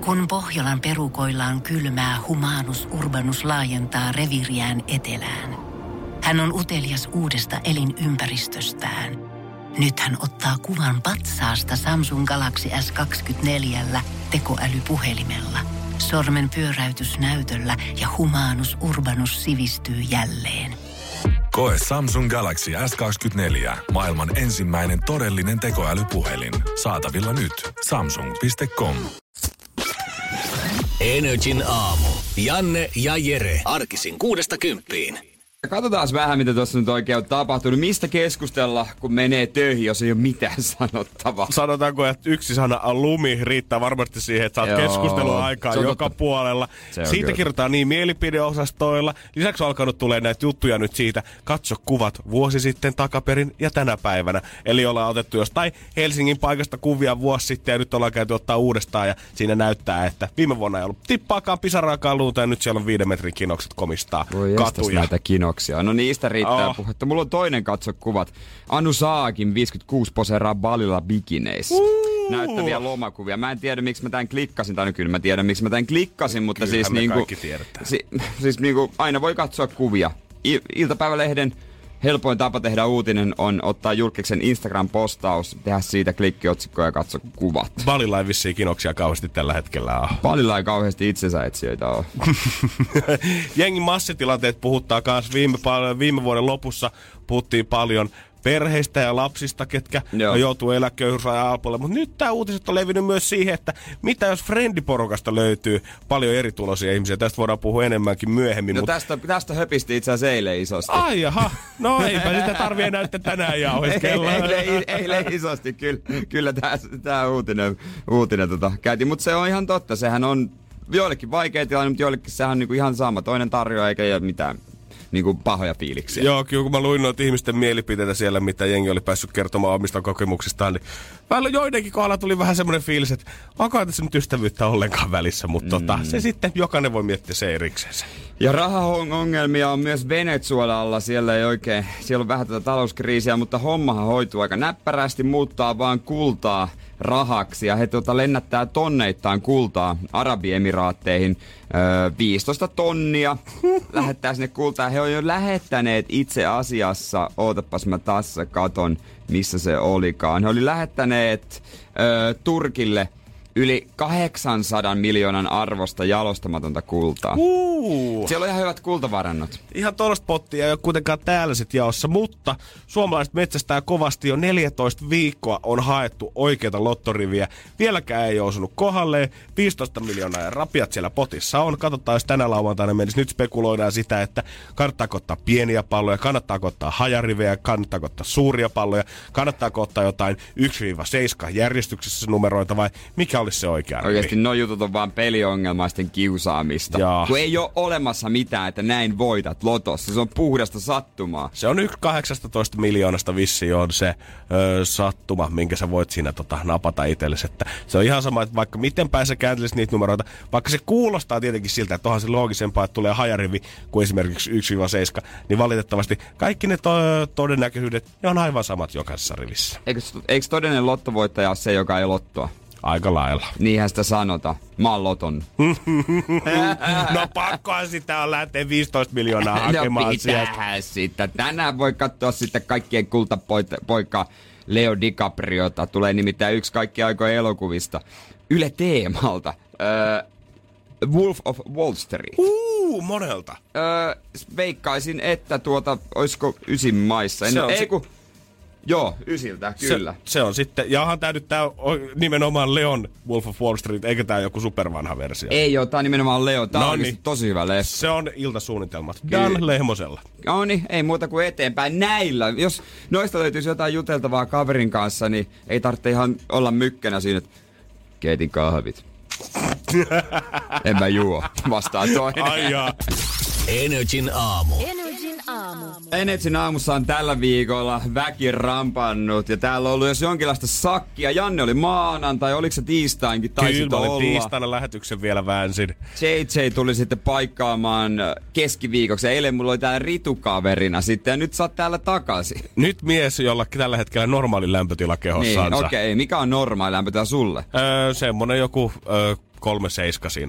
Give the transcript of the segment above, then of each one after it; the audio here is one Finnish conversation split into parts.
Kun Pohjolan perukoillaan kylmää, Humanus Urbanus laajentaa reviiriään etelään. Hän on utelias uudesta elinympäristöstään. Nyt hän ottaa kuvan patsaasta Samsung Galaxy S24 tekoälypuhelimella. Sormen pyöräytys näytöllä ja Humanus Urbanus sivistyy jälleen. Koe Samsung Galaxy S24. Maailman ensimmäinen todellinen tekoälypuhelin. Saatavilla nyt. Samsung.com. NRJ:n aamu. Janne ja Jere. Arkisin 6–10. Katsotaan vähän, mitä tuossa nyt oikein on tapahtunut. Mistä keskustella, kun menee töihin, jos ei ole mitään sanottavaa? Sanotaanko, että yksi sana lumi riittää varmasti siihen, että saat keskustelua aikaa joka puolella. Siitä kirjoitetaan niin mielipideosastoilla. Lisäksi on alkanut tulee näitä juttuja nyt siitä, katso kuvat vuosi sitten takaperin ja tänä päivänä. Eli ollaan otettu jostain Helsingin paikasta kuvia vuosi sitten ja nyt ollaan käyty ottaa uudestaan ja siinä näyttää, että viime vuonna ei ollut tippaakaan pisaraakaan luuta ja nyt siellä on 5 metrin kinokset komistaa katuja. Näitä kinoksia. No niistä riittää puhetta. Mulla on toinen katsokuvat. Anu Saakin 56 poseeraa Balilla bikineissä. Näyttäviä lomakuvia. Mä en tiedä, miksi mä tän klikkasin. Tai kyllä mä tiedän, miksi mä tän klikkasin, mutta kyllähän siis niinku... siis niinku aina voi katsoa kuvia. Iltapäivälehden helpoin tapa tehdä uutinen on ottaa julkiksen Instagram-postaus, tehdä siitä klikkiotsikkoja ja katsoa kuvat. Balilla ei vissiin kinoksia kauheasti tällä hetkellä ole. Balilla ei kauheasti itsensä etsijöitä ole. Jengin massitilanteet puhuttaa kans. Viime vuoden lopussa puhuttiin paljon perheistä ja lapsista, ketkä joutuu eläköyhyysrajan alpoille. Mutta nyt tämä uutiset on levinnyt myös siihen, että mitä jos friendiporukasta löytyy paljon erituloisia ihmisiä. Tästä voidaan puhua enemmänkin myöhemmin. No tästä höpisti itse asiassa eilen isosti. Ai jaha, no eipä sitä tarvitse enää tänään jauheskella. Eilen isosti, kyllä tämä uutinen käytiin. Mutta se on ihan totta, sehän on joillekin vaikea tilanne, mutta joillekin sehän on niinku ihan sama. Toinen tarjoaa eikä ole mitään niinku pahoja fiiliksiä. Joo, kyllä kun mä luin noita ihmisten mielipiteitä siellä, mitä jengi oli päässyt kertomaan omista kokemuksistaan, niin välillä joidenkin kohdalla tuli vähän semmoinen fiilis, että onko tässä nyt ystävyyttä ollenkaan välissä, mutta se sitten jokainen voi miettiä se eriksensä. Ja rahaongelmia on myös Venezuelalla, siellä on vähän tätä talouskriisiä, mutta hommahan hoituu aika näppärästi, muuttaa vaan kultaa rahaksi ja he lennättää tonneittain kultaa Arabiemiraatteihin 15 tonnia lähettää sinne kultaa. He on jo lähettäneet itse asiassa, ootapas mä tässä katon missä se olikaan. He oli lähettäneet Turkille yli 800 miljoonan arvosta jalostamatonta kultaa. Siellä on ihan hyvät kultavarannot. Ihan tollaista pottia ei ole kuitenkaan täällä sit jaossa, mutta suomalaiset metsästää kovasti jo 14 viikkoa on haettu oikeita lottoriviä. Vieläkään ei ole osunut kohdalleen. 15 miljoonaa ja rapiat siellä potissa on. Katsotaan, jos tänä lauantaina menisi. Nyt spekuloidaan sitä, että kannattaako ottaa pieniä palloja, kannattaako ottaa hajarivejä, kannattaako ottaa suuria palloja, kannattaako ottaa jotain 1-7 järjestyksessä numeroita vai mikä olisi se oikea nimi? Oikeasti nuo jutut on vaan peliongelmaisten kiusaamista. Jaa. Kun ei ole olemassa mitään, että näin voitat lotossa. Se on puhdasta sattumaa. Se on 18 miljoonasta vissiin on se sattuma, minkä sä voit siinä napata itsellesi. Että se on ihan sama, että vaikka miten päin sä kääntelisit niitä numeroita, vaikka se kuulostaa tietenkin siltä, että onhan se loogisempaa, että tulee hajarivi kuin esimerkiksi 1-7, niin valitettavasti kaikki ne todennäköisyydet, ne on aivan samat jokaisessa rivissä. Eikö todellinen lottovoittaja ole se, joka ei lottoa? Aika lailla. Niinhän sitä sanotaan. Mä oon loton. No pakkohan sitä on lähteä 15 miljoonaa hakemaan. No pitäähän sitä. Tänään voi katsoa sitten kaikkien kultapoika Leo DiCapriota. Tulee nimittäin yksi kaikkien aikojen elokuvista. Yle Teemalta. Wolf of Wall Street. Monelta. Veikkaisin, että olisiko 9 maissa. Joo, 9, kyllä. Se on sitten, ja onhan tää nyt nimenomaan Leon Wolf of Wall Street, eikä tää joku supervanha versio. Ei oo, tää on nimenomaan Leo, tää on tosi hyvä leffa. Se on iltasuunnitelmat. Dan Lehmosella. No niin, ei muuta kuin eteenpäin näillä. Jos noista löytyisi jotain juteltavaa kaverin kanssa, niin ei tarvitse ihan olla mykkänä siinä, että keitin kahvit. En mä juo, vastaa toinen. Ai jaa. NRJ:n aamu. NRJ:n aamussa on tällä viikolla väki rampannut ja täällä on ollut jos jonkinlaista sakkia. Janne oli maanantai, oliko se tiistainkin? Kyllä, mä olin tiistaina lähetyksen vielä väänsin. JJ tuli sitten paikkaamaan keskiviikoksi. Eilen mulla oli täällä Ritu-kaverina sitten ja nyt sä oot täällä takaisin. Nyt mies, jolla tällä hetkellä normaali lämpötila kehossaansa. Niin, okei. Mikä on normaali lämpötila sulle? Semmonen joku 3,7 siinä.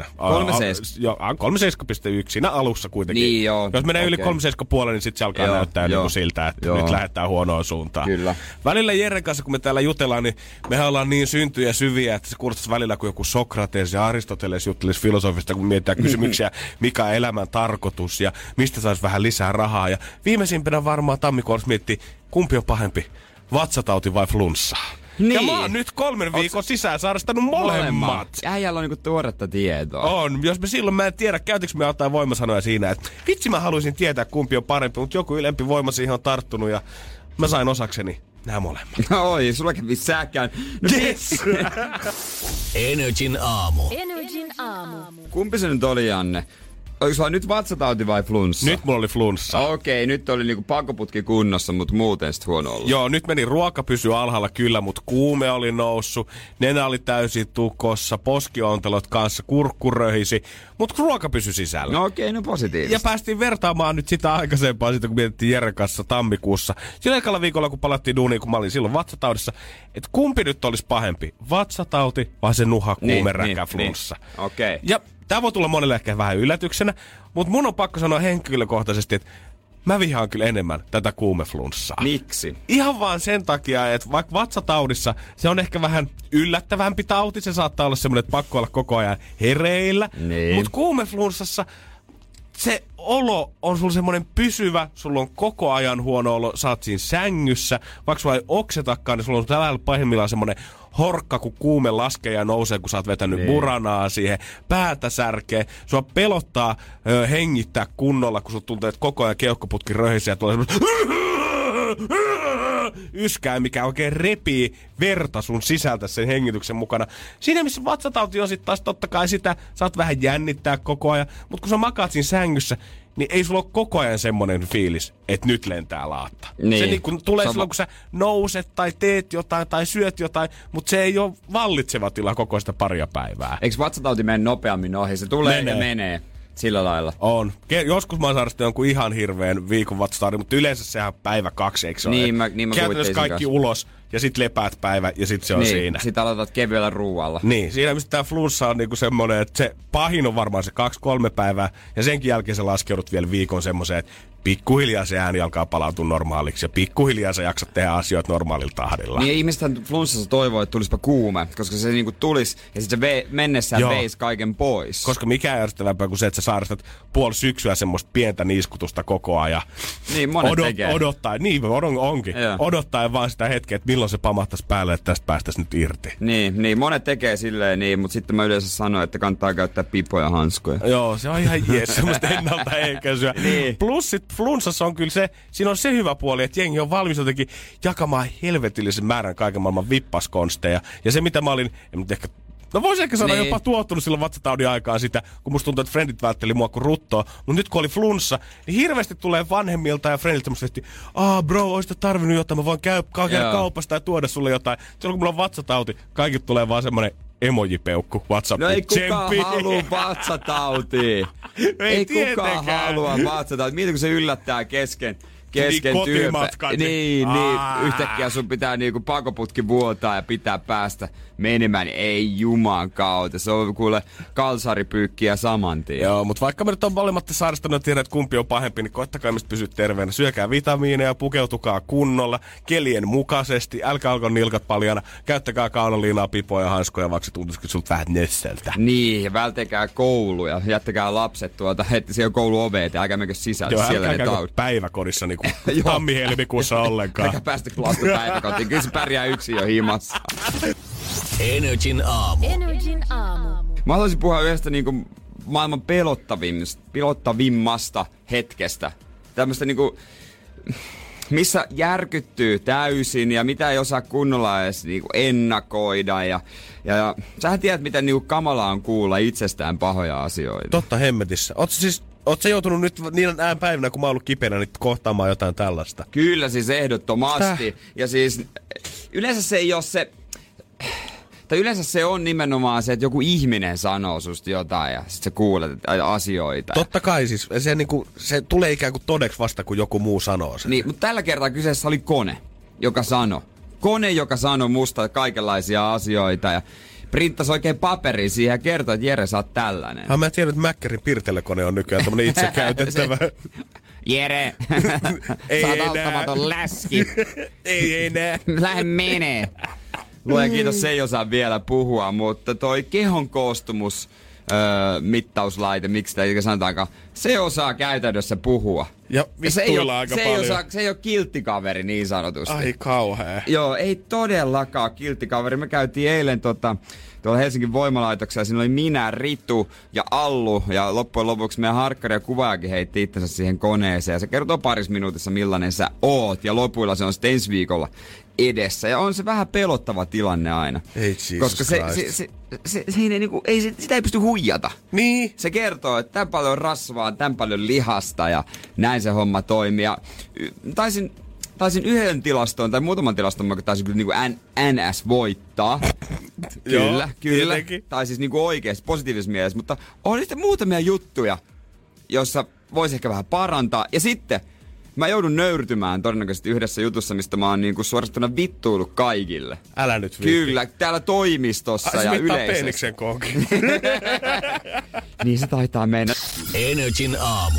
3,7? 3,7,1 siinä alussa kuitenkin. Niin joo. Jos menee yli 3,7 puolella, niin sitten se alkaa näyttää niin kuin siltä, että nyt lähdetään huonoon suuntaan. Kyllä. Välillä Jeren kanssa, kun me täällä jutellaan, niin mehän ollaan niin syntyjä syviä, että se kuulostaisi välillä kuin joku Sokrates ja Aristoteles juttelisi filosofista, kun mietitään kysymyksiä, mikä on elämän tarkoitus ja mistä saisi vähän lisää rahaa. Ja viimeisimpänä varmaan tammikuussa miettii, kumpi on pahempi, vatsatauti vai flunssa. Niin. Ja mä oon nyt 3 viikon sisään sairastanut molemmat. Äijällä on niinku tuoretta tietoa. On. Jos mä en tiedä, käytinkö me jotain voimasanoja siinä, että vitsi mä haluaisin tietää, kumpi on parempi, mutta joku ylempi voima siihen on tarttunut ja mä sain osakseni nämä molemmat. Oi, sulla kävi säkään. No, yes! Energin aamu. Kumpi se nyt oli, Janne? Oliko sulla nyt vatsatauti vai flunssa? Nyt mulla oli flunssa. Okei, nyt oli niinku pakoputki kunnossa, mutta muuten sit huono ollut. Joo, nyt meni ruoka pysyi alhaalla kyllä, mutta kuume oli noussut, nenä oli täysin tukossa, poskiontelot kanssa, kurkku röhisi, mutta ruoka pysyi sisällä. No okei, no positiivista. Ja päästiin vertaamaan nyt sitä aikaisempaa, sitä kun mietittiin Jeren kanssa tammikuussa. Sillä ekalla viikolla, kun palattiin duuniin, kun mä olin silloin vatsataudissa, että kumpi nyt olisi pahempi, vatsatauti vai se nuhakuumeräkä flunssa. Niin. Okei. Ja tää voi tulla monelle ehkä vähän yllätyksenä, mutta mun on pakko sanoa henkilökohtaisesti, että mä vihaan kyllä enemmän tätä kuumeflunssaa. Miksi? Ihan vaan sen takia, että vaikka vatsataudissa se on ehkä vähän yllättävämpi tauti, se saattaa olla semmoinen, että pakko olla koko ajan hereillä. Niin. Mutta kuumeflunssassa se olo on sulla semmoinen pysyvä, sulla on koko ajan huono olo, sä oot siinä sängyssä, vaikka sulla ei oksetakaan, niin sulla on täällä pahimmillaan semmoinen horkka, kun kuume laskee ja nousee, kun sä oot vetänyt buranaa siihen, päätä särkee, sua pelottaa hengittää kunnolla, kun sut tuntuu, että koko ajan keuhkoputki röhisee ja tulee semmoinen yskää, mikä oikein repii verta sun sisältä sen hengityksen mukana. Siinä missä vatsatauti on sit taas totta kai sitä, saat vähän jännittää koko ajan, mutta kun sä makaat siinä sängyssä, niin ei sulla ole koko ajan semmonen fiilis, että nyt lentää laatta. Niin. Se niin kun tulee silloin, kun sä nouset tai teet jotain tai syöt jotain, mutta se ei ole vallitseva tila koko sitä paria päivää. Eikö vatsatauti mene nopeammin ohi? Se tulee ja menee. Sillä lailla. On. Joskus mä oon saanut jonkun ihan hirveän viikon vatsataudin, mutta yleensä sehän päivä 2, eikö se ole? Niin mä käytännössä kaikki kanssa ulos ja sit lepäät päivä ja sit se on siinä. Sit aloitat kevyellä ruualla. Niin, siinä mistä tää flunssa on niinku semmonen, että se pahin on varmaan se 2-3 päivää ja senkin jälkeen sä laskeudut vielä viikon semmoseen, että pikkuhiljaa se ääni alkaa palautua normaaliksi ja pikkuhiljaa sä jaksat tehdä asioita normaalilla tahdilla. Niin ihmisethän flunssassa toivoo, että tulispa kuume, koska se niinku tulis ja sit se mennessään veisi kaiken pois. Koska mikä järjestävämpää kuin se, että sä sairastat puoli syksyä semmoista pientä niiskutusta koko ajan. Niin, monet tekee. Odottaen, niin onkin. Odottaen vaan sitä hetkeä, että milloin se pamahtaisi päälle, että tästä päästäisiin nyt irti. Niin, monet tekee silleen niin, mutta sitten mä yleensä sanon, että kannattaa käyttää pipoja ja hanskoja. Joo, se on ihan jees, semmoista ennaltaehkäisyä. Niin. Plus sit flunssassa on kyllä se, siinä on se hyvä puoli, että jengi on valmis jotenkin jakamaan helvetillisen määrän kaiken maailman vippaskonsteja. Ja se mitä mä olin, no voisi ehkä sanoa jopa tuottunut silloin vatsataudin aikaan sitä, kun musta tuntuu, että frendit vältteli mua kuin ruttoa. Mutta nyt kun oli flunssa, niin hirveästi tulee vanhemmilta ja frendiltä musta tehtiin, bro, oisit tarvinnut jotain, mä voin käydä kaupasta ja tuoda sulle jotain. Silloin kun mulla on vatsatauti, kaikille tulee vaan semmonen emojipeukku, WhatsApp. No ei kukaan halua vatsatautia. Ei kukaan halua vatsatautia. Mieti, kun se yllättää kesken kotimatkan. Niin, yhtäkkiä sun pitää niinku pakoputki vuotaa ja pitää päästä menemään. Ei juman kautta. Se on kuule kalsaripyykkiä saman tien. Joo, mutta vaikka me nyt on molemmat sairastanut ja tiedät, että kumpi on pahempi, niin koittakaa mistä pysyä terveenä. Syökää vitamiineja, pukeutukaa kunnolla, kelien mukaisesti, älkää alko nilkat paljana, käyttäkää kaunaliinaa, pipoja ja hanskoja, vaikka se tuntuisikin sulta vähän nössältä. Niin, ja vältekää kouluja, jättäkää lapset heti siellä kouluoveet ja älkää mekö sisälle. Joo, siellä älkää käykö päiväkodissa niinku tammi-helmikuussa ollenkaan. Älkää päästä lasta päiväkotiin, kyllä se pärjää yksin jo himassa. Energin aamu. Mä haluaisin puhua yhdestä niinku maailman pelottavimmasta hetkestä. Tämmöstä niinku, missä järkyttyy täysin ja mitä ei osaa kunnolla edes niinku ennakoida. Ja sähän tiedät, miten niinku kamalaa on kuulla itsestään pahoja asioita. Totta hemmetissä. Oot sä joutunut nyt niin päivinä, kun mä oon ollut kipeänä, niin kohtaamaan jotain tällaista? Kyllä siis ehdottomasti. Ja siis yleensä se ei ole se... Tai yleensä se on nimenomaan se, että joku ihminen sanoo susta jotain ja sit sä kuulet asioita. Totta kai siis. Se tulee ikään kuin todeksi vasta, kun joku muu sanoo sen. Niin, mutta tällä kertaa kyseessä oli kone, joka sanoi. Kone, joka sanoi musta kaikenlaisia asioita ja printtasi oikein paperin siihen ja kertoi, että Jere, sä oot tällainen. Mä tiedän, että Mäkkärin pirtelekone on nykyään tämmönen itse käytettävä. Jere, sä oot auttamaton läski. ei enää. Lähde menee. Luojan kiitos, se ei osaa vielä puhua, mutta toi kehon koostumus mittauslaite, miksi sitä sanotaankaan, se osaa käytännössä puhua. Ja vittuilla aika paljon. Se ei ole kilttikaveri niin sanotusti. Ai kauhea. Joo, ei todellakaan kilttikaveri. Me käytiin eilen tuolla Helsingin voimalaitoksella. Siinä oli minä, Ritu ja Allu. Ja loppujen lopuksi meidän harkkari ja kuvaajakin heitti itsensä siihen koneeseen. Ja se kertoo parissa minuutissa, millainen sä oot. Ja lopuilla se on sitten ensi viikolla edessä. Ja on se vähän pelottava tilanne aina. Ei Jesus koska sitä ei pysty huijata. Niin. Se kertoo, että tämän paljon rasvaa, tämän paljon lihasta ja näin se homma toimii. Ja taisin yhden tilaston tai muutaman tilaston, mä taisin kyllä niinku NS voittaa. Kyllä. Tietenkin. Tai siis niinku oikeesti positiivisessa mielessä, mutta on sitten muutamia juttuja, joissa voisi ehkä vähän parantaa. Ja sitten mä joudun nöyrtymään todennäköisesti yhdessä jutussa, mistä mä oon niinku suorastaan vittuillut kaikille. Älä nyt viitti. Kyllä, täällä toimistossa ja yleisesti. Peeniksen konkin. Niin se taitaa mennä. Energin aamu.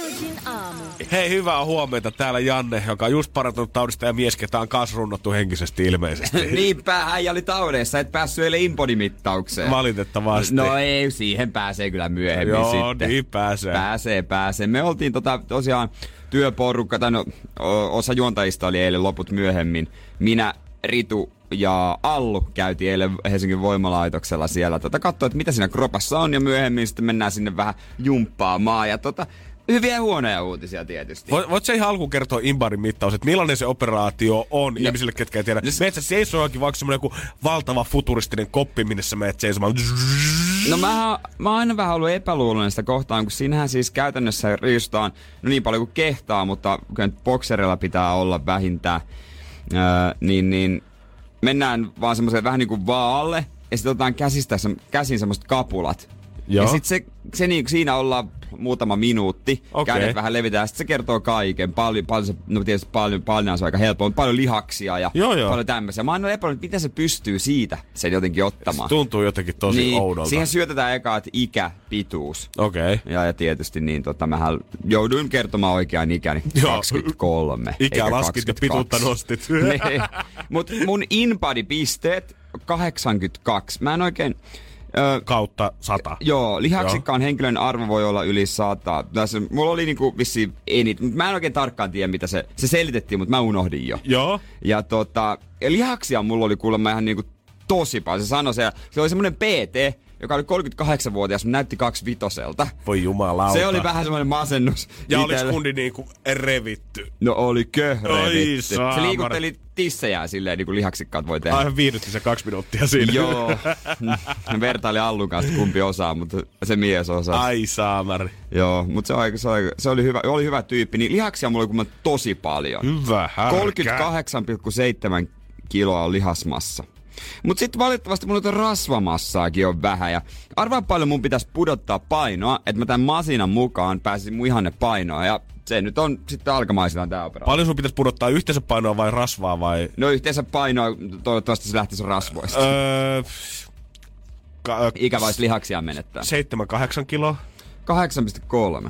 Hei, hyvää huomenta. Täällä Janne, joka on just parantunut taudista ja mies, ketä on kanssa runnottu henkisesti ilmeisesti. Niinpä, äijä oli taudeissa, et päässyt eilen impodimittaukseen. Valitettavasti. No ei, siihen pääsee kyllä myöhemmin Joo, sitten. Niin pääsee. Me oltiin tosiaan työporukka, tai no, osa juontajista oli eilen, loput myöhemmin. Minä, Ritu ja Allu käytiin eilen Helsingin voimalaitoksella siellä. Katsoa, että mitä siinä kropassa on, ja myöhemmin sitten mennään sinne vähän jumppaamaan. Ja hyviä ja huonoja uutisia tietysti. Voitko se ihan alkuun kertoa Imbarin mittaus, että millainen se operaatio on ihmisille, ketkä ei tiedä? Meet sä seisoakin vaikka semmoinen joku valtava futuristinen koppi, minne sä meet seisomaan? No mä oon aina vähän ollut epäluuloinen sitä kohtaan, kun siinähän siis käytännössä riisutaan niin paljon kuin kehtaa, mutta bokserilla pitää olla vähintään. Niin mennään vaan semmoiseen vähän niin kuin vaalle ja sitten otetaan käsin semmoiset kapulat. Joo. Ja sitten siinä ollaan muutama minuutti, kädet vähän levitään, sitten se kertoo kaiken. Paljon se on aika helppoa, paljon lihaksia ja paljon tämmöisiä. Mä oon epäillyt, miten se pystyy siitä sen jotenkin ottamaan. Se tuntuu jotenkin tosi oudolta. Siihen syötetään eka, että ikä, pituus. Okei. Ja tietysti mähän jouduin kertomaan oikean ikäni, 23. Ikää laskit ja pituutta nostit. Mut mun InBody-pisteet 82. Mä en oikein... kautta 100. Joo, lihaksikkaan henkilön arvo voi olla yli 100. Mulla oli niinku vissiin mä en oikein tarkkaan tiedä, mitä se selitettiin, mutta mä unohdin jo. Joo. Ja lihaksia mulla oli kuulemma ihan niinku tosi paljon. Se sanoi se oli semmonen PT, joka oli 38-vuotias, näytti 25-selta. Voi jumalauta. Se oli vähän semmoinen masennus. Ja oliko kundi niinku revitty? No oli revitty. Se liikutteli tissejään silleen, niin kuin lihaksikkaat voi tehdä. Aivan viihdytti se 2 minuuttia siinä. Joo. Vertaili Allun kanssa, kumpi osaa, mutta se mies osaa. Ai saamari. Joo, mutta se oli hyvä tyyppi. Niin lihaksia mulla oli tosi paljon. Hyvä härkä. 38,7 kiloa on lihasmassa. Mut sitten valitettavasti mulla rasvamassaakin on vähän. Ja arvaa paljon mun pitäisi pudottaa painoa, että mä tämän masinan mukaan pääsisin mun ihanne painoa. Ja se nyt on sitten alkamaisillaan tää operaatio. Paljon sun pitäisi pudottaa yhteensä painoa vai rasvaa vai? No yhteensä painoa, toivottavasti se lähtisi rasvoista. Ikä vois lihaksia menettää. 7-8 kiloa. 8,3.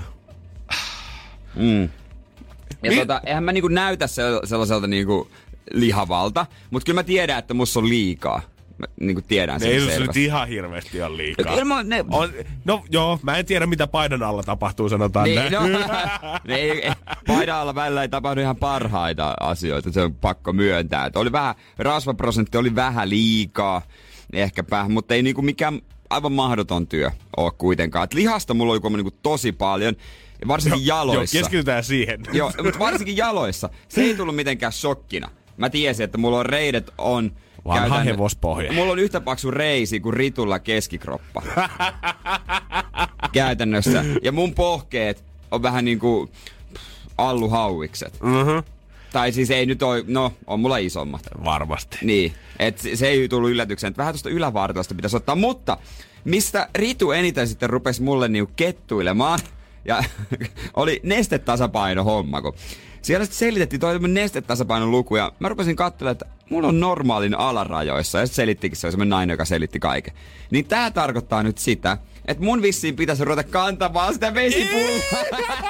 Ja eihän mä niinku näytä sellaiselta niinku lihavalta, mutta kyllä mä tiedän, että musta on liikaa. Mä niinku tiedän sen selvästi. Ei se nyt ihan hirveästi ole liikaa. No joo, mä en tiedä mitä painon alla tapahtuu, sanotaan näin. Painon alla välillä ei tapahdu ihan parhaita asioita, se on pakko myöntää. Että oli vähän, rasvaprosentti oli vähän liikaa, ehkäpä, mutta ei niinku mikään aivan mahdoton työ ole kuitenkaan. Et lihasta mulla oli niinku tosi paljon. Varsinkin jaloissa. Joo, keskitytään siihen. Joo, mutta varsinkin jaloissa. Se ei tullut mitenkään shokkina. Mä tiesin, että mulla on reidet on... Vanha hevospohja. Mulla on yhtä paksu reisi kuin Ritulla keskikroppa. Käytännössä. Ja mun pohkeet on vähän niinku alluhauikset. Tai siis ei nyt ole... No, on mulla isommat. Varmasti. Niin. Et se ei tullut yllätykseen. Että vähän tuosta ylävartalosta pitäisi ottaa. Mutta mistä Ritu eniten sitten rupesi mulle niinku kettuilemaan... Ja oli nestetasapaino-homma, kun siellä sitten selitettiin toi nestetapainon luku, ja mä rupesin katselemaan, että mulla on normaalin alarajoissa, ja sitten selittikin se on semmoinen nainen, joka selitti kaiken. Niin tää tarkoittaa nyt sitä, että mun vissiin pitäisi ruveta kantamaan sitä vesipulloa.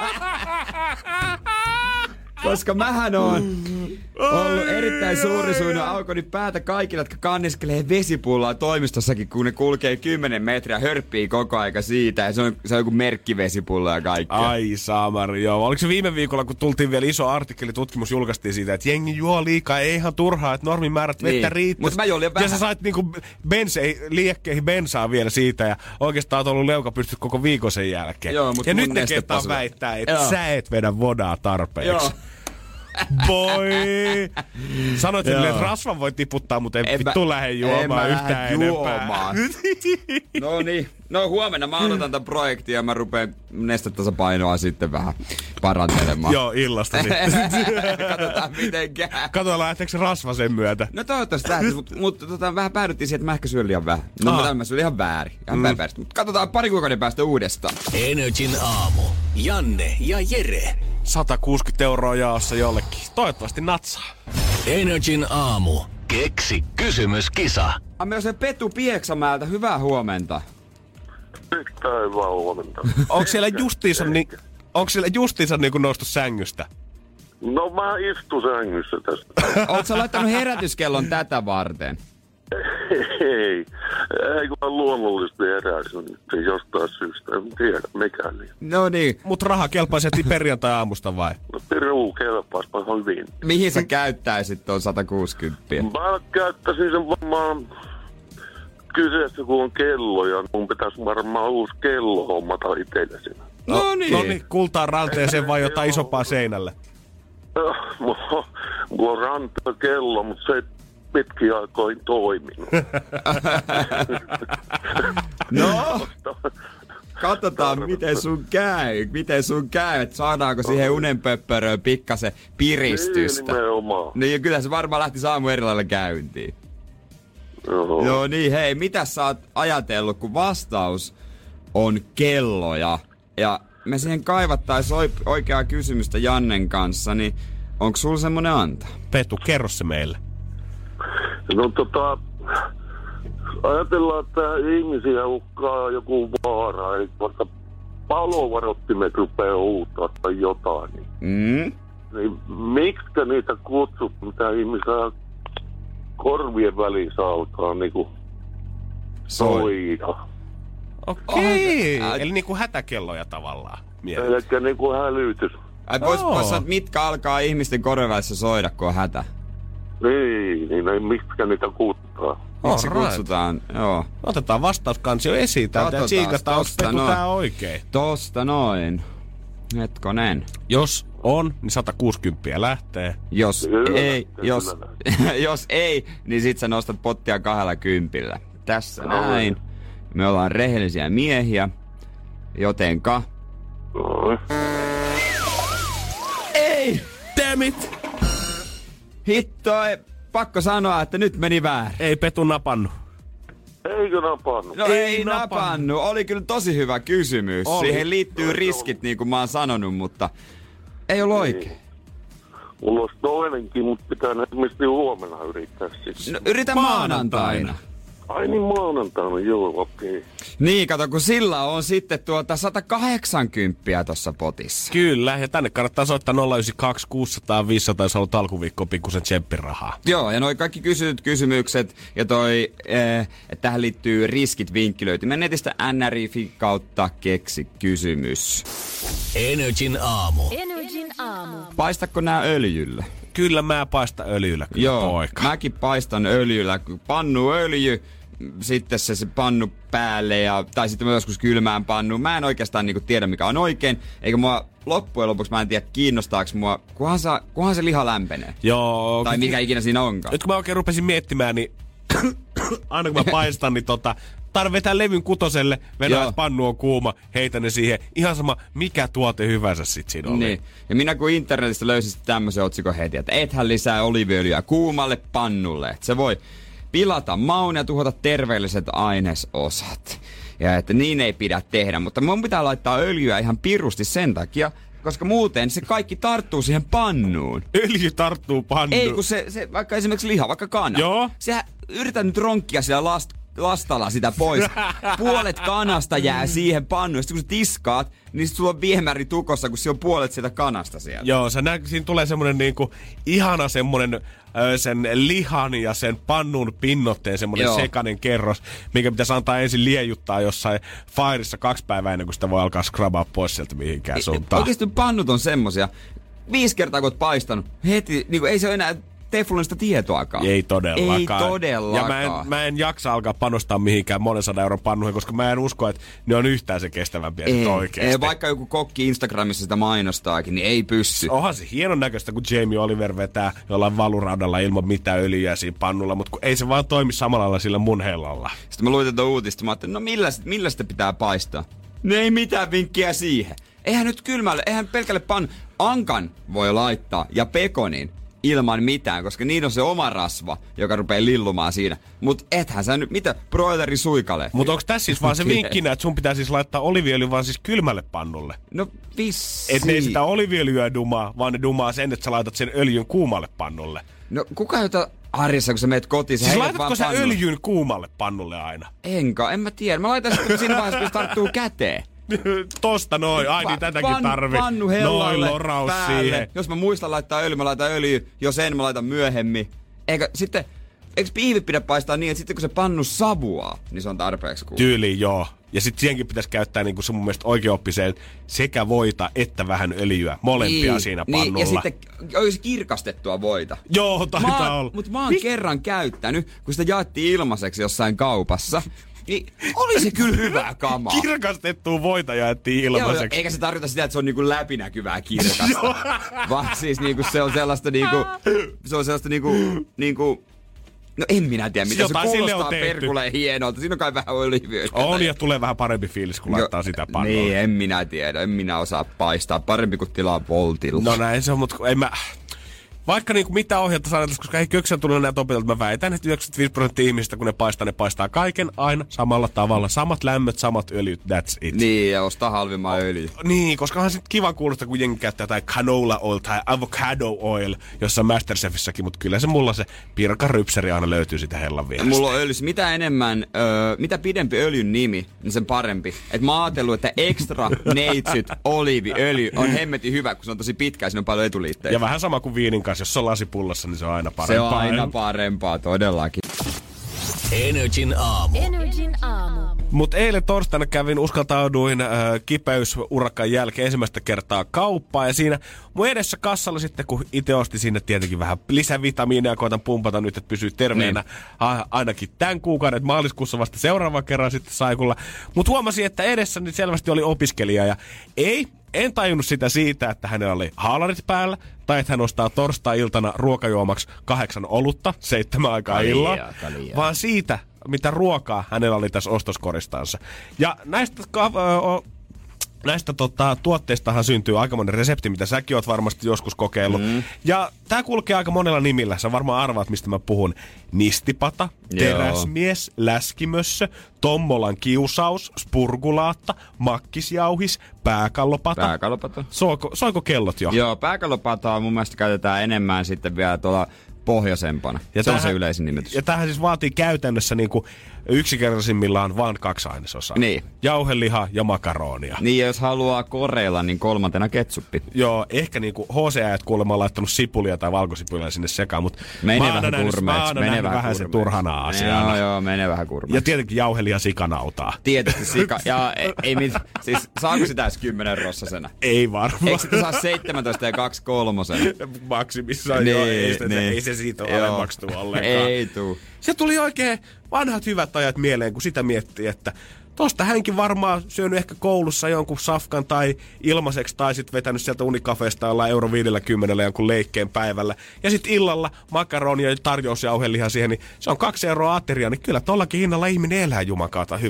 Koska mähän on ollut erittäin suurisuinen aukoni päätä kaikille, jotka kanniskelee vesipulloa toimistossakin, kun ne kulkee 10 metriä, hörppii koko aika siitä. Ja se on joku merkkivesipullo ja kaikkea. Ai saamari, joo. Oliko se viime viikolla, kun tultiin vielä iso artikkelitutkimus, julkaistiin siitä, että jengi juo liikaa, ei ihan turhaa, että normimäärät vettä riittää. Mutta mä juolin vähän. Ja sä sait niinku liekkeihin bensaa vielä siitä, ja oikeastaan oot ollut leuka pystyt koko viikon sen jälkeen. Joo, ja nyt ne ketään väittää, että sä et vedä vodaa tarpeeksi. Joo. Boy! Sanoit silleen, että rasvan voi tiputtaa, mutta en vittu lähde juomaan yhtään enempää. No niin. No huomenna mä aloitan tämän projektin ja mä rupeen nestetasapainoa sitten vähän parantelemaan. Joo, illasta sitten. Katsotaan miten käy. Katsotaan lähteekö se rasva sen myötä. No toivottavasti lähtisi, mutta vähän päädyttiin siihen, että mä ehkä syön liian vähän. No mä syön ihan väärin. Mutta katsotaan pari kuukauden päästä uudestaan. Energin aamu. Janne ja Jere. 160 € jaossa jollekin. Toivottavasti natsaa. Energin aamu. Keksi kysymyskisa. Me on se Petu Pieksämäeltä. Hyvää huomenta. Hyvää huomenta. Onko siellä justiinsa niin kuin noustu sängystä? No mä istun sängyssä tästä. Ootko sä laittanut herätyskellon tätä varten? Ei kun mä luonnollisesti heräsin jostain syystä. En tiedä mikäli. No niin. Mut raha kelpaisi heti perjantai-aamusta vai? No piruu kelpaispa hyvin. Mihin sä käyttäisit tuon 160? Mä käyttäisin sen varmaan kyseessä kun on kello ja mun pitäisi varmaan uusi kello hommata itselle siinä. No niin. Kultaan ranteeseen vai jotain isompaa seinälle? Mulla on rantea kello, mutta se ei pitkin aikoin toiminut. No, katsotaan miten sun käy, että saadaanko siihen unenpöppöröön pikkasen piristystä. Niin, kyllä se varmaan lähti aamu eri lailla käyntiin. Joo niin, hei, mitä sä oot ajatellut, kun vastaus on kelloja ja me siihen kaivattais oikeaa kysymystä Jannen kanssa, niin onko sulla semmonen antaa? Petu, kerro se meille. No ajatellaan, että ihmisiä uhkaa joku vaara, eli vaikka palovarottimet rupeaa huutaa tai jotain. Niin miksikä niitä kutsut, mitä ihmisiä korvien välissä alkaa niinku soida? Okei. Eli niinku hätäkelloja tavallaan. Eli niinku hälytys. Vois sanoa, mitkä alkaa ihmisten korvien välissä soida, kun on hätä? Niin miksikä niitä kutsutaan? Miksi kutsutaan? Joo. Otetaan vastauskansio esiin täältä ja tsiikataan, onko Petu tää oikein. Tosta noin. Hetkonen. Jos on, niin 160 lähtee. Jos ei, niin sit sä nostat pottia 20. Tässä näin. Me ollaan rehellisiä miehiä, jotenka... Ei! Damn it! Hitto, pakko sanoa, että nyt meni väärin. Ei Petu napannut. Eikö napannut? No ei napannut. Oli kyllä tosi hyvä kysymys. Siihen liittyy riskit, niin kuin mä oon sanonut, mutta ei ole oikein. Mulla olisi toinenkin, mutta pitää esimerkiksi huomenna yrittää sitten. No, yritä maanantaina. Ai niin, maanantaina, joo, okei. Niin, kato, kun sillä on sitten 180 tossa potissa. Kyllä, ja tänne kannattaa soittaa 092 600 500, jos haluat alkuviikkoon pikkusen tsemppirahaa. Joo, ja noi kaikki kysytyt kysymykset, ja että tähän liittyy riskit vinkkilöity. Mene netistä nri.fi kautta keksi kysymys. Energin aamu. Paistako nää öljyllä? Kyllä mä paistan öljyllä, kyllä. Joo, poika. Mäkin paistan öljyllä. Pannuöljy, sitten se pannu päälle, tai sitten joskus kylmään pannu. Mä en oikeastaan tiedä, mikä on oikein. Eikä mua loppujen lopuksi, mä en tiedä, kiinnostaako mua, kunhan se liha lämpenee. Joo. Tai mikä ikinä siinä onkaan. Nyt kun mä oikein rupesin miettimään, niin aina kun mä paistan, niin vetää levyn kutoselle, vedän, että pannu on kuuma, heitä ne siihen. Ihan sama, mikä tuote hyvänsä sit siinä oli. Niin. Ja minä kun internetistä löysin tämmöisen otsikon heti, että ethän lisää oliiviöljyä kuumalle pannulle. Että se voi pilata maun ja tuhota terveelliset ainesosat. Ja että niin ei pidä tehdä, mutta mun pitää laittaa öljyä ihan pirusti sen takia, koska muuten se kaikki tarttuu siihen pannuun. Öljy tarttuu pannuun? Ei, kun se vaikka esimerkiksi liha, vaikka kana. Joo. Sehän yrität nyt ronkkia sillä lastalla sitä pois. Puolet kanasta jää siihen pannuun. Sitten kun sä tiskaat, niin sit sulla on viemäri tukossa, kun se on puolet siitä kanasta siellä. Joo, siinä tulee semmonen niinku ihana semmonen sen lihan ja sen pannun pinnotteen semmonen sekainen kerros, mikä pitäisi antaa ensin liejuttaa jossain Fireissa 2 päivää ennen kuin sitä voi alkaa scrubaa pois sieltä mihinkään suuntaan. Oikeesti pannut on semmosia. 5 kertaa kun oot paistanut, heti, niinku ei se ole enää teflonista tietoakaan. Ei todellakaan. Ei todellakaan. Ja mä en jaksa alkaa panostaa mihinkään monen 100 euron pannuihin, koska mä en usko, että ne on yhtään se kestävämpiä sit oikeesti. Ei, vaikka joku kokki Instagramissa sitä mainostaakin, niin ei pysty. Onhan se hienon näköistä, kun Jamie Oliver vetää jollain valuraudalla ilman mitään öljyä siinä pannulla, mutta ei se vaan toimi samalla lailla sillä mun hellalla. Sitten mä luin tätä uutista, mä ajattelin, no millä sitä pitää paistaa? No ei mitään vinkkiä siihen. Eihän nyt kylmälle, eihän pelkälle ankan voi laittaa ja pekonin ilman mitään, koska niin on se oma rasva, joka rupeaa lillumaan siinä. Mut ethän sä nyt, mitä, broileri suikale. Mut onks tässä siis vaan se vinkkinä, että sun pitää siis laittaa oliviöljy vaan siis kylmälle pannulle? No vissiin. Et ne ei sitä oliviöljyä dumaa, vaan ne dumaa sen, että sä laitat sen öljyn kuumalle pannulle. No kuka jota arjessa, kun sä meet kotiin, sä siis heität vaan laitatko sä pannulle. öljyn kuumalle pannulle aina? En mä tiedä. Mä laitan sitten siinä vaiheessa, kun se tarttuu käteen. Tosta noin, ai niin tätäkin tarvii. Pannu hellalle noin loraus päälle. Siihen. Jos mä muistan laittaa öljy, mä laitan öljyä. Jos en, mä laitan myöhemmin. Eikö piivit pidä paistaa niin, että sitten kun se pannu savuaa, niin se on tarpeeksi kuuma? Tyyliin, joo. Ja sit siihenkin pitäisi käyttää niinku se mun mielestä oikeaoppiseen sekä voita että vähän öljyä. Molempia siinä pannulla. Niin, ja sitten olisi kirkastettua voita. Joo, taitaa olla. Mutta mä oon kerran käyttänyt, kun sitä jaettiin ilmaiseksi jossain kaupassa. Niin oli se kyllä hyvää kamaa. Kirkastettua voita jaettiin ilmaiseksi. Joo, eikä se tarkoita sitä, että se on niinku läpinäkyvää kirkasta. Vaan siis niinku se on sellaista niinku no en minä tiedä, mitä se kuulostaa perkuleen hienolta. Siinä on kai vähän oliiviöitä. On ja tulee vähän parempi fiilis, kun laittaa sitä pannulle. Niin, en minä tiedä. En minä osaa paistaa. Parempi kuin tilaa voltilla. No näin se on, mutta en mä... Vaikka niinku mitä ohjelta sanotaan, koska ei köksän tullut näitä opetelta, mä väitän, että 95% ihmisistä, kun ne paistaa kaiken aina samalla tavalla. Samat lämmöt, samat öljyt, that's it. Niin, ja ostaa halvimman öljy. Niin, koska onhan se kiva kuulosta, kun jengi käyttää jotain canola oil tai avocado oil, jossain Masterchefissäkin, mutta kyllä se mulla se pirkarypseri aina löytyy sitä hellan vierestä. Mulla on öljys. Mitä pidempi öljyn nimi, niin sen parempi. Et mä ajatellut, että extra neitsyt oliiviöljy on hemmetin hyvä, kun se on tosi pitkä ja siinä on paljon etuliitteitä. Ja vähän sama kuin viinin kanssa. Jos se on lasipullassa, niin se on aina parempaa. Se on aina parempaa, todellakin. Energin aamu. Mut eilen torstaina uskaltauduin kipeysurakan jälkeen ensimmäistä kertaa kauppaa. Ja siinä mun edessä kassalla sitten, kun itse ostin sinne tietenkin vähän lisävitamiineja, koitan pumpata nyt, että pysyy terveenä ainakin tämän kuukauden. Maaliskuussa vasta seuraavan kerran sitten saikulla. Mut huomasin, että edessä niin selvästi oli opiskelija ja en tajunnut sitä siitä, että hänellä oli haalarit päällä, tai että hän ostaa torstai-iltana ruokajuomaksi 8 olutta 7 aikaa illalla, vaan siitä, mitä ruokaa hänellä oli tässä ostoskoristansa. Ja näistä tuotteistahan syntyy aikamoinen resepti, mitä säkin oot varmasti joskus kokeillut. Ja tää kulkee aika monella nimillä. Sä varmaan arvaat, mistä mä puhun. Nistipata, teräsmies, läskimössö, Tommolan kiusaus, spurgulaatta, makkisjauhis, pääkallopata. Soiko kellot jo? Joo, pääkallopataa mun mielestä käytetään enemmän sitten vielä tuolla pohjoisempana. Ja se on se yleisin nimitys. Ja tämähän siis vaatii käytännössä niinku yksinkertaisimmillaan vaan 2 ainesosaa. Niin. Jauheliha ja makaronia. Niin, ja jos haluaa koreilla, niin 3. ketsuppi. Joo, ehkä niinku HC-äijät kuulemma on laittanut sipulia tai valkosipulia sinne sekaan, mutta menee vähän kurmeeksi. Vähän se turhana asiana. Joo, menee vähän kurmeeksi. Ja tietenkin jauheliha sikanautaa. Tietysti sika. Ja siis saako sitä edes 10 rossasena? Ei varmaan. Eikö sitä saa 17 ja 2 kolmosena? Maksimissaan niin, joo, ei se siitä ole alemmaksi tuu ollenkaan. Ei tuu. Se tuli oikein vanhat hyvät ajat mieleen, kun sitä miettii, että tosta hänkin varmaan syönyt ehkä koulussa jonkun safkan tai ilmaiseksi tai sit vetänyt sieltä unikafeesta jollain €50 jonkun leikkeen päivällä. Ja sit illalla makaronia ja tarjousjauheliha siihen, niin se on 2 € ateria, niin kyllä tollakin hinnalla ihminen elää jumakaata hyvin.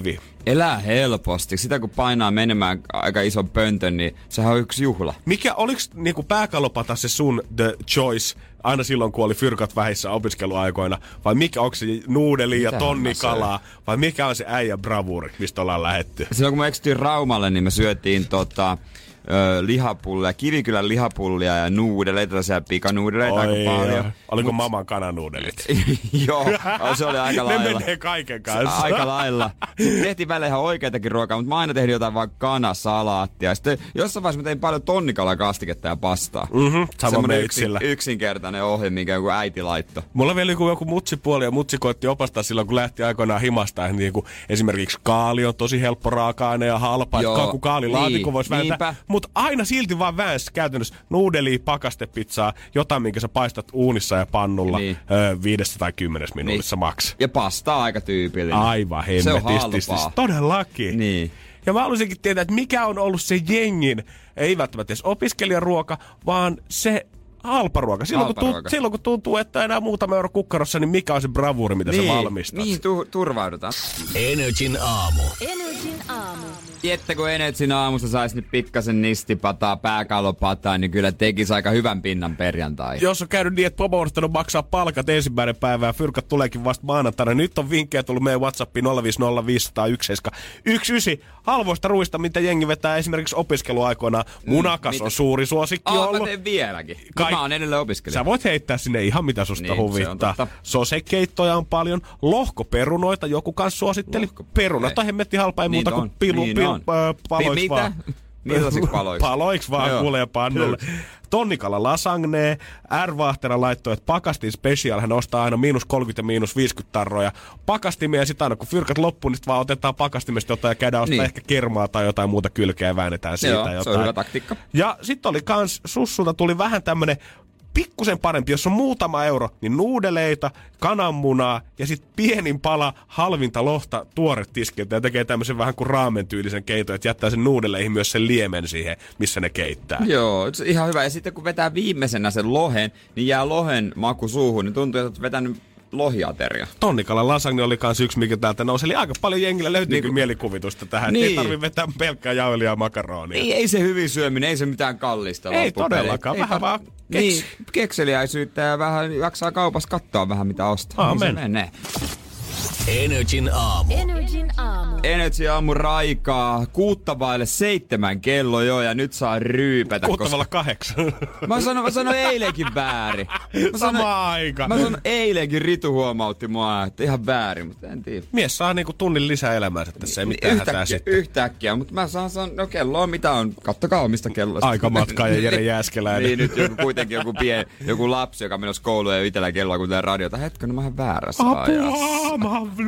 Elää helposti. Sitä kun painaa menemään aika ison pöntön, niin sehän on yksi juhla. Oliks niinku pääkallopata se sun the choice aina silloin, kun oli fyrkat vähissä opiskeluaikoina? Vai mikä onko se nuudeli ja tonnikalaa? Vai mikä on se äijä bravuuri, mistä ollaan lähetty? Silloin kun me eksyttiin Raumalle, niin me syötiin lihapullia, Kivikylän lihapullia ja nuudeleita, tällaisia pikanuudeleita aika paljon. Oliko maman kananuudelit? Joo, se oli aika lailla. Ne menee kaiken kanssa. Aika lailla. Sitten tehtiin välillä ihan oikeitakin ruokaa, mutta mä aina tehdin jotain vaan kanasalaattia. Sitten jossain vaiheessa mä tein paljon tonnikalakastiketta ja pastaa. Sama meitsillä. Yksinkertainen ohje, minkä joku äiti laittoi. Mulla vielä joku mutsipuoli ja mutsi koitti opastaa silloin, kun lähti aikoinaan himasta. Niin kuin esimerkiksi kaali on tosi helppo raaka-aine ja halpa. Joo, kaalilaatikko voisi vääntää. Mutta aina silti vaan väänsi käytännössä nuudelia, pakastepizzaa, jotain, minkä sä paistat uunissa ja pannulla 5 tai 10 minuutissa maks. Ja pastaa aika tyypillinen. Aivan hemmetisti. Siis todellakin. Niin. Ja mä haluaisinkin tietää, että mikä on ollut se jengin, ei välttämättä edes opiskelijaruoka, vaan se halparuoka. Silloin kun tuntuu, että enää muutama euro kukkarossa, niin mikä on se bravuuri, mitä sä valmistat? Niin, turvaudutaan. Energin aamu. Jette, kun Energin aamusta saisi nyt pikkasen nistipataa, pääkallopataa, niin kyllä tekisi aika hyvän pinnan perjantai. Jos on käynyt niin, että Popo on ottanut maksaa palkat ensimmäinen päivä ja fyrkat tuleekin vasta maanantaina, niin nyt on vinkkejä tullut meidän WhatsAppiin 050501719. Halvoista ruista, mitä jengi vetää esimerkiksi opiskeluaikoina. Munakas on suuri suosikki ollut. Mä teen vieläkin. Mä oon edelleen opiskelija. Sä voit heittää sinne ihan mitä susta huvittaa. Sosekeittoja on paljon. Lohkoperunoita joku kanssa suositteli. Perunat on hemmetti halpa, ei muuta kuin paloiksi vaan. Millaisiksi paloiksi? Paloiksi vaan kuulee pannulle. Tonnikala lasagne. R-Vahtera laittoi, että pakastin special. Hän ostaa aina -30 ja -50 tarroja pakastimia. Ja sitten aina kun fyrkat loppuu, niin vaan otetaan pakastimesta jotain ja käydään ostaa ehkä kermaa tai jotain muuta kylkeä ja väännetään siitä jotain. Se on hyvä taktiikka. Ja sitten oli kans sussulta tuli vähän tämmönen pikkusen parempi, jos on muutama euro, niin nuudeleita, kananmunaa ja sitten pienin pala halvinta lohta tuoretiskiltä ja tekee tämmöisen vähän kuin raamen-tyylisen keiton, että jättää sen nuudeleihin myös sen liemen siihen, missä ne keittää. Joo, se ihan hyvä. Ja sitten kun vetää viimeisenä sen lohen, niin jää lohen maku suuhun, niin tuntuu, että olet vetänyt lohiateria. Tonnikalan lasagne oli kans yksi, mikä täältä nousi. Eli aika paljon jengillä löytyy kyllä mielikuvitusta tähän. Niin. Ei tarvitse vetää pelkkää jauhelia ja makaronia. Ei se hyvin syöminen, ei se mitään kallista. Ei todellakaan, vähän vaan kekseliäisyyttä ja vähän jaksaa kaupassa katsoa vähän mitä ostaa. Amen. Niin se menee. Energin aamu. Energin aamu raikaa. 6:07 kello jo ja nyt saa ryypätä. 7:08. Mä sanoin eilenkin väärin. Sama aika. Mä sanoin eilenkin, Ritu huomautti mua, että ihan väärin, mutta en tiedä. Mies saa niinku tunnin lisää elämäänsä tässä, ei mitään hätää sitten. Yhtäkkiä, mutta mä saan no kello on mitä on. Kattokaa omista kelloista. Aikamatkaa ja Jere Jääskeläinen. Niin nyt kuitenkin joku lapsi, joka on menossa kouluun ja itsellä kelloa kuten radiota. Hetkinen, mä oon väärässä ajassa.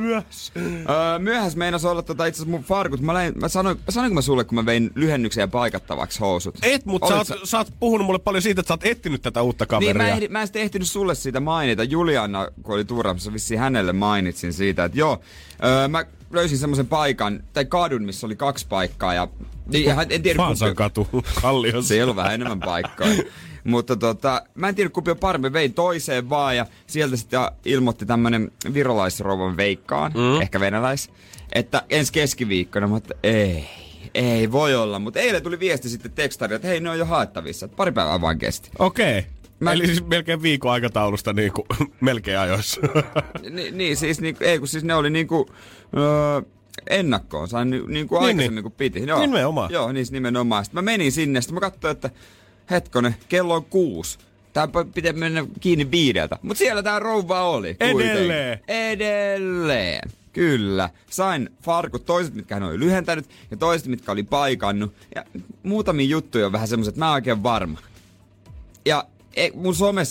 Myöhäs meinas olla itse asiassa mun farkut. Sanoinko mä sulle, kun mä vein lyhennyksen ja paikattavaksi housut? Et, mutta sä oot puhunut mulle paljon siitä, että sä oot etsinyt tätä uutta kaveria. Niin, mä en sitten ehtinyt sulle siitä mainita. Juliana, kun oli Tuuraamassa, vissiin hänelle mainitsin siitä, että mä löysin semmoisen paikan, tai kadun, missä oli 2 paikkaa. Ja, en tiedä, Vaasan katu, Kalliossa. Siellä on vähän enemmän paikkaa. Mutta mä en tiedä kumpi on paremmin, vein toiseen vaan ja sieltä sitten ilmoitti tämmönen virolaisrouvan Veikkaan, ehkä venäläis, että ensi keskiviikkona, mutta ei voi olla, mutta eilen tuli viesti sitten tekstari, että hei ne on jo haettavissa, että pari päivää vaan kesti. Okei. Eli siis melkein viikon aikataulusta niinku, melkein ajoissa. Siis ne oli niinku ennakkoon, sain niinku aikaisemmin kuin piti. Joo, nimenomaan. Joo, niin nimenomaan. Sitten mä menin sinne, sitten mä katsoin, että hetkonen, kello on 6. Tää pitää mennä kiinni 5. Mut siellä tää rouva oli. Edelleen. Kyllä. Sain farkut, toiset mitkä hän oli lyhentänyt ja toiset mitkä oli paikannut. Ja muutamia juttuja on vähän semmoset, että mä oon oikein varma. Ja mun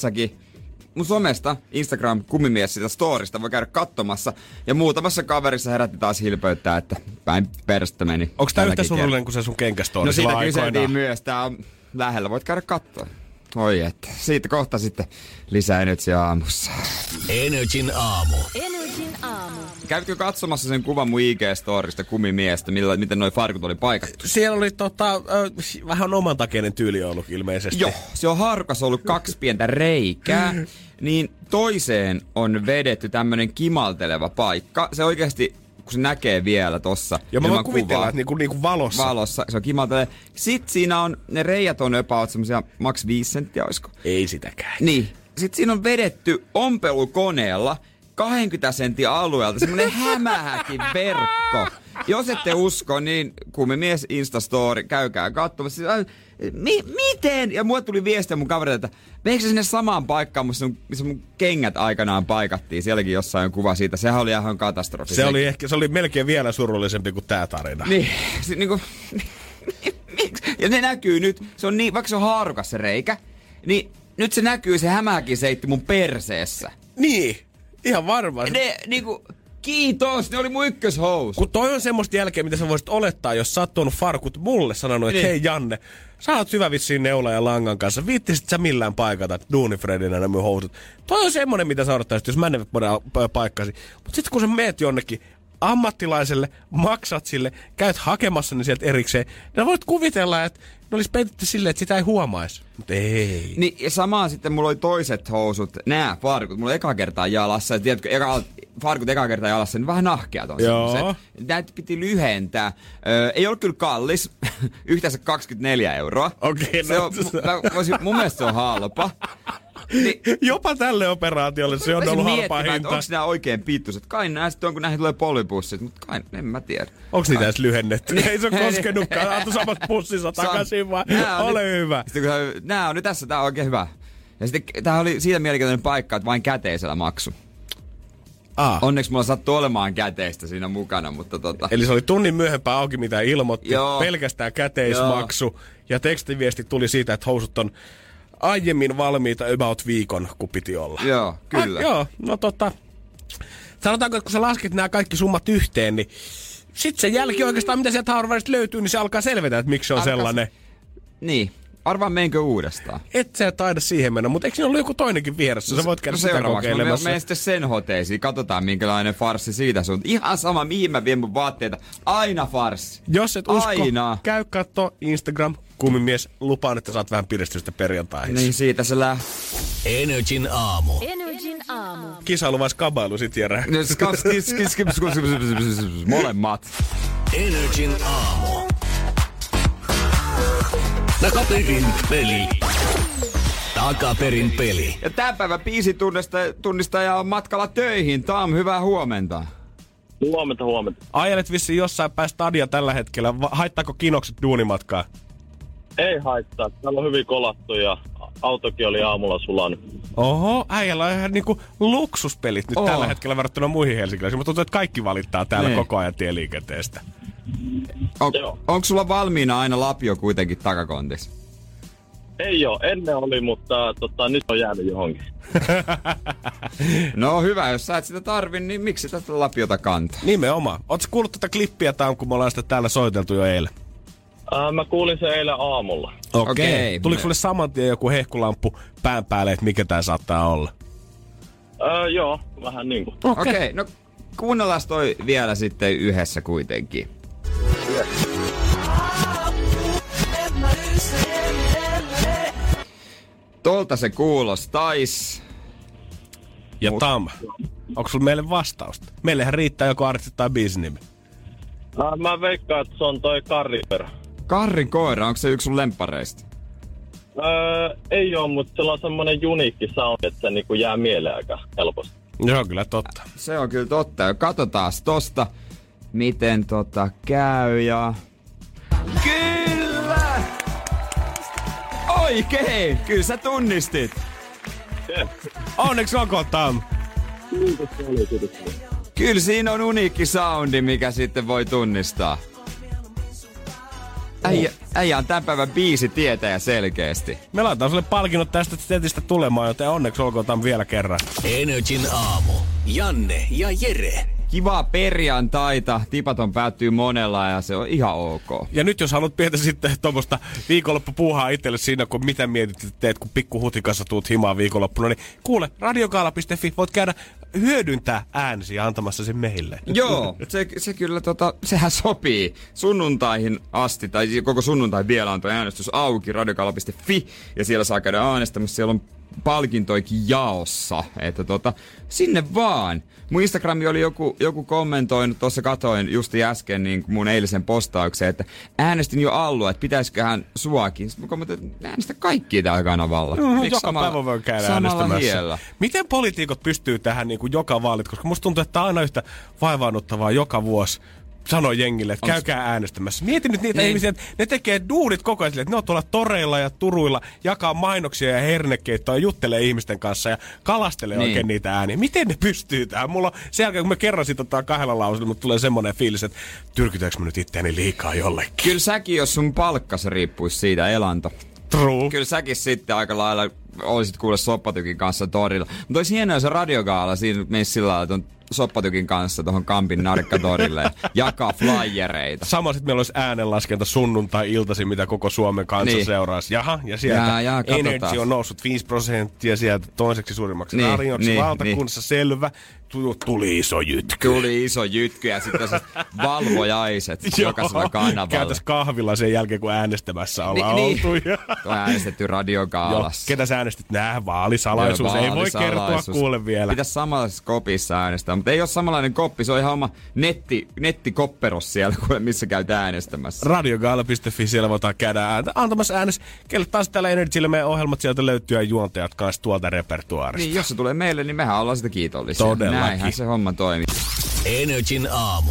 somesta, Instagram kumimies sitä storista voi käydä katsomassa. Ja muutamassa kaverissa herätti taas hilpeyttää, että päin perstä meni. Onks tää yhtä surullinen kuin se sun kenkästori? No siitä kyseltiin myös. Tää on lähellä, voit käydä katsoa. Oi että. Siitä kohta sitten lisää Energin aamussa. Energin aamu. Kävitkö katsomassa sen kuvan mun IG-storista kumimiestä, miten noi farkut oli paikattu? Siellä oli vähän omantakeinen tyyli ollut ilmeisesti. Joo, se on harukas ollut 2 pientä reikää. Niin toiseen on vedetty tämmönen kimalteleva paikka. Se oikeasti kun se näkee vielä tossa. Ja mä voin kuvitella, että niinku valossa. Valossa, se on kimalta. Sitten siinä on, ne reijät on about semmosia maks 5 senttiä, oisko? Ei sitäkään. Niin. Sitten siinä on vedetty ompelukoneella 20 sentin alueelta semmonen hämähäkin verkko. Jos ette usko, niin Kuumimies Instastory, käykää katsomassa. Miten? Ja mulle tuli viestiä mun kaverilta, että meikö se sinne samaan paikkaan, missä mun kengät aikanaan paikattiin. Sielläkin jossain on kuva siitä. Sehän oli ihan katastrofi. Se oli melkein vielä surullisempi kuin tää tarina. Niin, niinku... Ja ne näkyy nyt. Se on niin, vaikka se on haarukas se reikä, niin nyt se näkyy se hämähäkin seitti mun perseessä. Niin, ihan varmaan. Ne niinku... Kiitos, ne oli mun ykköshous. Kun toi on semmoista jälkeä, mitä sä voisit olettaa, jos sä oot tuonut farkut mulle sanonut, että hei Janne, sä oot hyvä vissiin neula ja langan kanssa. Viittisit sä millään paikata duunifredinä nämä mun housut. Toi on semmonen, mitä sä odottaisit, jos mä ne paikkasi. Mut sit kun sä meet jonnekin ammattilaiselle, maksat sille, käyt hakemassa ne sieltä erikseen, niin voit kuvitella, että ne olisi peitetty silleen, että sitä ei huomaisi. Mutta ei. Niin, ja samaan sitten mulla oli toiset housut, nää farkut, mulla oli eka kertaa jalassa, ja tiedätkö, farkut eka kertaa jalassa, niin vähän nahkeat on semmoset. Näitä piti lyhentää. Ei ollut kyllä kallis, yhteensä 24 €. Okei, mun mielestä se on halpa. Niin, jopa tälle operaatiolle se on ollut halpaa hinta. Onko nämä oikein pittuset? Kai nää sitten on, kun näihin tulee polvipussit, mutta kai en mä tiedä. Onko niitä edes lyhennetty? Ei se ole koskenutkaan. Antu samat pussissa takaisin vaan. Ole hyvä. Nää on nyt tässä, tää on oikein hyvä. Ja sitten tää oli siitä mielenkiintoinen paikka, että vain käteisellä maksu. Onneksi mulla sattui olemaan käteistä siinä mukana, mutta Eli se oli tunnin myöhempään auki, mitä ilmoitti. Joo. Pelkästään käteismaksu. Joo. Ja tekstiviesti tuli siitä, että housut on aiemmin valmiita about viikon, kun piti olla. Joo, kyllä. Joo, no sanotaanko, että kun sä lasket nämä kaikki summat yhteen, niin sit sen jälkeen oikeastaan, mitä sieltä haaruvääristä löytyy, niin se alkaa selvetä, että miksi se on sellainen. Niin. Arvaa, meinkö uudestaan? Et sä taida siihen mennä, mutta eikö siinä ollut joku toinenkin vieressä? Sä voit käydä sitä kokeilemassa. Menen sitten sen hoteisiin. Katsotaan, minkälainen farssi siitä sun. Ihan sama, mihin mä vien mun vaatteita. Aina farssi. Jos et usko, käy katso Instagram. Kuumimies, lupaan, että saat vähän piristystä perjantaihin. Niin, siitä se lähtee. Energin aamu. Kisailu vai skabailu sit, Jere? Molemmat. Energin aamu. Takaperin peli. Takaperin peli. Ja tämän päivän biisitunnistaja on matkalla töihin. Tam, hyvää huomenta. Huomenta. Ajelet vissiin jossain päin stadia tällä hetkellä. Haittaako kinokset duunimatkaa? Ei haittaa. Täällä on hyvin kolattu ja autokin oli aamulla sulanut. Oho, äijällä on ihan niinku luksuspelit nyt tällä hetkellä verrattuna muihin helsinkiläisiin. Mutta tuntuu, että kaikki valittaa täällä koko ajan tieliikenteestä. Onko sulla valmiina aina lapio kuitenkin takakontissa? Ei oo, ennen oli, mutta nyt on jäänyt johonkin. No hyvä, jos sä et sitä tarvi, niin miksi tätä lapiota kantaa? Nimenomaan. Ootko kuullut tätä klippiä, kun me ollaan sitä täällä soiteltu jo eilen? Mä kuulin sen eilen aamulla. Okei. Tuliko sulle saman tien joku hehkulamppu pään päälle, että mikä tää saattaa olla? Joo, vähän niinku. Okei, no kuunnellaan toi vielä sitten yhdessä kuitenkin. Yes. Tolta se kuulostais. Ja Tam, onko sulla meille vastausta? Meillähän riittää joko artisti tai biisinimi. Mä veikkaan, että se on toi Karrikoira. Karrin koira, onko se yksi sun lemppareista? Ei oo, mutta sillä on semmonen uniikki sound, että se niinku jää mieleen aika helposti. Joo, kyllä totta. Se on kyllä totta. Katsotaan tosta, miten käy ja... Kyllä! Oikein! Kyllä sä tunnistit. Yeah. Onneksi olkoon, Tam. Kyllä siinä on uniikki soundi, mikä sitten voi tunnistaa. Äijä on tämän päivän biisi tietäjä selkeästi. Me laitetaan sulle palkinnot tästä setistä tulemaan, joten onneksi olkoon Tam vielä kerran. Energin aamu. Janne ja Jere. Kivaa perjantaita. Tipaton päättyy monella ja se on ihan ok. Ja nyt jos haluat pientä sitten tuommoista viikonloppupuuhaa itselle siinä, kun mitä mietit, että teet, kun pikku hutikassa tuut himaan viikonloppuna, niin kuule, radiogaala.fi voit käydä hyödyntää äänesi antamassa sen meille. Joo, se kyllä sehän sopii sunnuntaihin asti, tai koko sunnuntai vielä on tuo äänestys auki, radiogaala.fi, ja siellä saa käydä äänestämässä. Siellä on palkintoikin jaossa, että sinne vaan. Mun Instagrami oli joku kommentoinut, tuossa katoin justi äsken niin mun eilisen postauksen, että äänestin jo Allua, että pitäisiköhän suakin. Sitten mä kommentoin, että äänestä kaikkia tällä kanavalla. Joka päivä voi käydä äänestämässä. Miten poliitikot pystyy tähän niin kuin joka vaalit, koska musta tuntuu, että aina yhtä vaivaannuttavaa joka vuosi. Sano jengille, että käykää äänestämässä. Mieti nyt niitä ihmisiä, että ne tekee duunit koko ajan, että ne on tuolla toreilla ja turuilla, jakaa mainoksia ja hernekeittoa ja juttelee ihmisten kanssa ja kalastelee oikein niitä ääniä. Miten ne pystyy tähän? Mulla on sen jälkeen, kun mä kerran siitä kahdella lausella, mutta tulee semmoinen fiilis, että tyrkytäänkö mä nyt itseäni liikaa jollekin. Kyllä säkin, jos sun palkkas riippuisi siitä elanto. True. Kyllä säkin sitten aika lailla olisit kuule Soppatykin kanssa torilla. Mutta olisi hienoa se radiogaala siinä menisi sillä lailla, että on Soppatykin kanssa tuohon Kampin narkkatorille ja jakaa flyereita. Sama sitten meillä olisi äänenlaskenta sunnuntai-iltaisin, mitä koko Suomen kanssa seuraisi. Jaha, ja sieltä Energy on noussut 5% sieltä toiseksi suurimmaksi radioksi valtakunnassa, selvä. Tuli iso jytky. Tuli iso jytky ja sitten valvojaiset jokaisella kanavalla. Käytäis kahvilla sen jälkeen, kun äänestämässä ollaan oltu. On äänestetty radiogaalassa. Ketä sä äänestit? Vaalisalaisuus. Ei voi kertoa kuule vielä. Pitäis samanlaisessa kopissa äänestää, mutta ei ole samanlainen koppi. Se on ihan oma nettikopperos siellä, missä käyt äänestämässä. Radiogaala.fi, siellä voidaan käydä antamassa äänes. Kelle taas täällä Energyllä meidän ohjelmat sieltä löytyy ja juontajat kanssa tuolta repertuaarista. Niin, jos se tulee meille, niin mehän ollaan sitä kiitollisia. Todella. Näinhän se homma toimii. Energin aamu.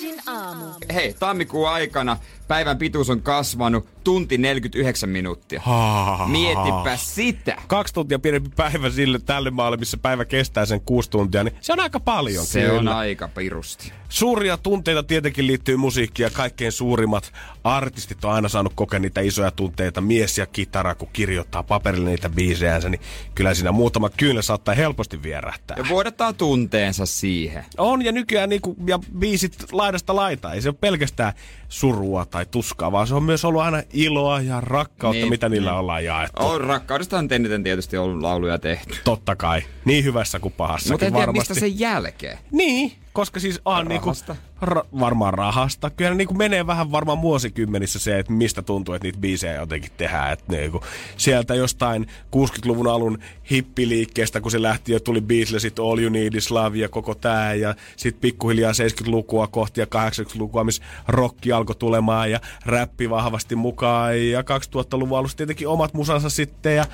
Hei, tammikuun aikana päivän pituus on kasvanut tunti 49 minuuttia. Mietipä sitä. 2 tuntia pienempi päivä tälle maalle, missä päivä kestää sen 6 tuntia, niin se on aika paljon. Se kyllä on aika pirusti. Suuria tunteita tietenkin liittyy musiikkiin ja kaikkein suurimmat artistit on aina saanut kokea niitä isoja tunteita. Mies ja kitara, kun kirjoittaa paperille niitä biisejänsä, niin kyllä siinä muutama kyynä saattaa helposti vierähtää. Ja vuodattaa tunteensa siihen. On, ja nykyään ja biisit laidasta laitaan. Ei se ole pelkästään surua tai tuskaa, vaan se on myös ollut aina iloa ja rakkautta, mitä niillä ollaan jaettu. Rakkaudesta on eniten tietysti ollut lauluja tehty. Totta kai. Niin hyvässä kuin pahassakin mutta en tiedä, varmasti. mistä sen jälkeen. Niin, koska siis rahasta. Varmaan rahasta. Kyllä niinku menee vähän varmaan vuosikymmenissä se, että mistä tuntuu, että niitä biisejä jotenkin tehdään. Että niinku sieltä jostain 60-luvun alun hippiliikkeestä, kun se lähti ja tuli Beatlesit, All You Need Is Love ja koko tää. Ja sit pikkuhiljaa 70-lukua kohti ja 80-lukua, missä rocki alkoi tulemaan ja räppi vahvasti mukaan. Ja 2000-luvun alussa tietenkin omat musansa sitten ja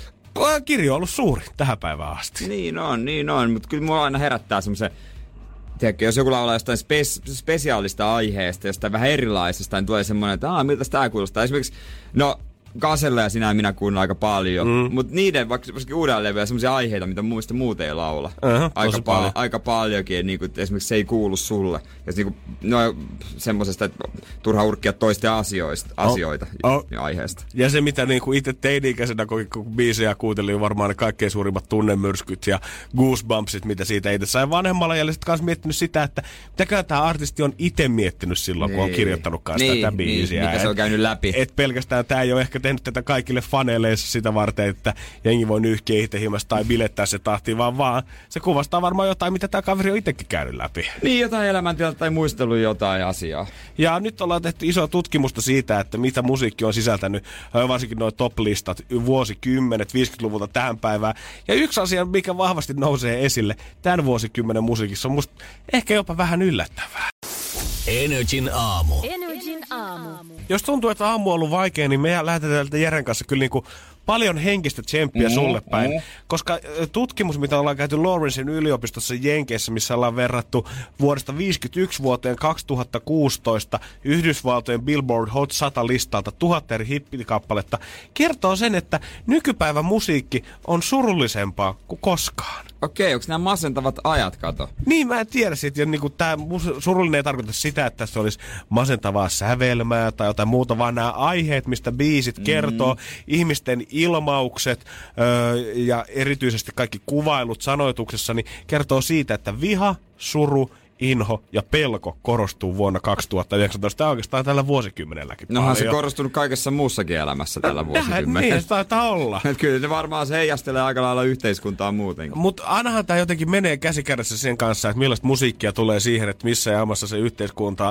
kirjo on ollut suuri tähän päivään asti. Niin on. Mutta kyllä mua aina herättää semmoisen, tiedätkö, jos joku laulaa jostain spesiaalista aiheesta, jostain vähän erilaisesta, niin tulee semmoinen, että miltä tää kuulostaa. Esimerkiksi, Kasella ja sinä ja minä kuunnella aika paljon, mutta niiden vaikka uudella levyllä semmoisia aiheita, mitä mun mielestä muut ei laula. Aika paljonkin, niin kuin, esimerkiksi se ei kuulu sulle. Ja niin semmosesta, että turha urkkia toisten asioita aiheesta. Ja se, mitä niin itse teini-ikäisenä kun biisejä kuuntelin, varmaan ne kaikkein suurimmat tunnemyrskyt ja goosebumpsit, mitä siitä itse sai vanhemmalla jäljellä sitten kanssa miettinyt sitä, että mitäkään tämä artisti on itse miettinyt silloin, kun on kirjoittanut kanssa tätä biisiä. Mitä se on käynyt läpi. Et pelkästään tämä ei ole ehkä tehnyt tätä kaikille faneilleissa sitä varten, että jengi voi nyhkiä itse himasta tai bilettää se tahtiin, vaan se kuvastaa varmaan jotain, mitä tämä kaveri on itsekin käynyt läpi. Niin, jotain elämäntilaa tai muistellut jotain asiaa. Ja nyt ollaan tehty isoa tutkimusta siitä, että mitä musiikki on sisältänyt, varsinkin nuo top-listat, vuosikymmenet, 50-luvulta tähän päivään. Ja yksi asia, mikä vahvasti nousee esille tämän vuosikymmenen musiikissa, on musta ehkä jopa vähän yllättävää. Energin aamu. Jos tuntuu, että aamu on ollut vaikea, niin me lähdetään Jeren kanssa kyllä niinku paljon henkistä tsemppiä sulle päin. Koska tutkimus, mitä ollaan käyty Lawrencen yliopistossa Jenkeissä, missä ollaan verrattu vuodesta 1951 vuoteen 2016 Yhdysvaltojen Billboard Hot 100 listalta 1000 eri hippikappaletta, kertoo sen, että nykypäivän musiikki on surullisempaa kuin koskaan. Okei, onko nämä masentavat ajat, kato? Niin, mä en tiedä siitä. Ja niinku tää surullinen ei tarkoita sitä, että se olisi masentavaa sävelmää tai jotain muuta, vaan nämä aiheet, mistä biisit kertoo, ihmisten ilmaukset ja erityisesti kaikki kuvailut sanoituksessa, niin kertoo siitä, että viha, suru, inho ja pelko korostuu vuonna 2019 ja oikeastaan tällä vuosikymmenelläkin. Nohan se korostunut kaikessa muussakin elämässä tällä vuosikymmenellä. Niin, se taitaa olla. Kyllä se varmaan se heijastelee aika lailla yhteiskuntaa muutenkin. Mutta ainahan tämä jotenkin menee käsikädessä sen kanssa, että millaista musiikkia tulee siihen, että missä jamassa se yhteiskunta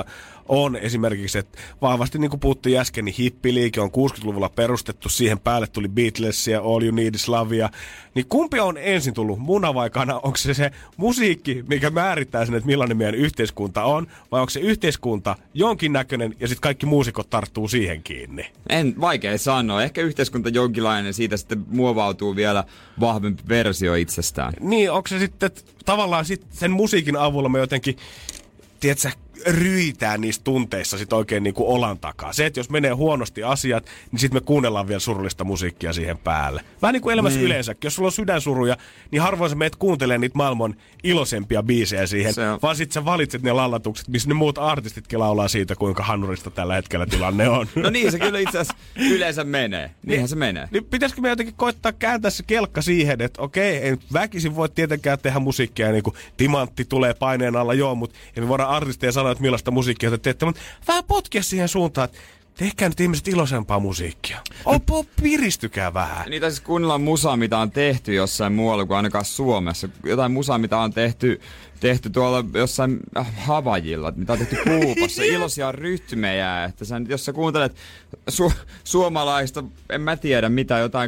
on esimerkiksi, että vahvasti niin kuin puhuttiin äsken, niin hippiliike on 60-luvulla perustettu, siihen päälle tuli Beatlesia, All You Need Is Lovea. Niin kumpi on ensin tullut, muna vai kana? Onko se musiikki, mikä määrittää sen, että millainen meidän yhteiskunta on, vai onko se yhteiskunta jonkinnäköinen ja sitten kaikki muusikot tarttuu siihen kiinni? Vaikea sanoa. Ehkä yhteiskunta jonkinlainen, siitä sitten muovautuu vielä vahvempi versio itsestään. Niin, onko se sitten tavallaan sen musiikin avulla me jotenkin, tiedätkö, ryitään niissä tunteissa sit oikein niinku olan takaa. Se, että jos menee huonosti asiat, niin sitten me kuunnellaan vielä surullista musiikkia siihen päälle. Vähän niin kuin elämässä yleensäkin. Jos sulla on sydänsuruja, niin harvoin sä meet kuuntelemaan niitä maailman iloisempia biisejä siihen, vaan sit sä valitset ne lallatukset, missä ne muut artistitkin laulaa siitä, kuinka hanurista tällä hetkellä tilanne on. No niin, se kyllä itse asiassa yleensä menee. Niinhän se menee. Niin pitäisikö me jotenkin koittaa kääntää se kelkka siihen, että okei, ei nyt väkisin voi tietenkään tehdä musiikkia, niin kuin timantti tulee paineen alla, joo, mutta ei me voidaan artisteja sanoa, että millaista musiikkia te teette, mutta vähän potkia siihen suuntaan, että tehkää nyt ihmiset iloisempaa musiikkia. Piristykää vähän. Niitä siis kuunnellaan musaa, mitä on tehty jossain muualla kuin ainakaan Suomessa. Jotain musaa, mitä on tehty tuolla jossain Havajilla, mitä on tehty Kuupassa. Iloisia rytmejä, että jos sä kuuntelet suomalaista, en mä tiedä mitä, jotain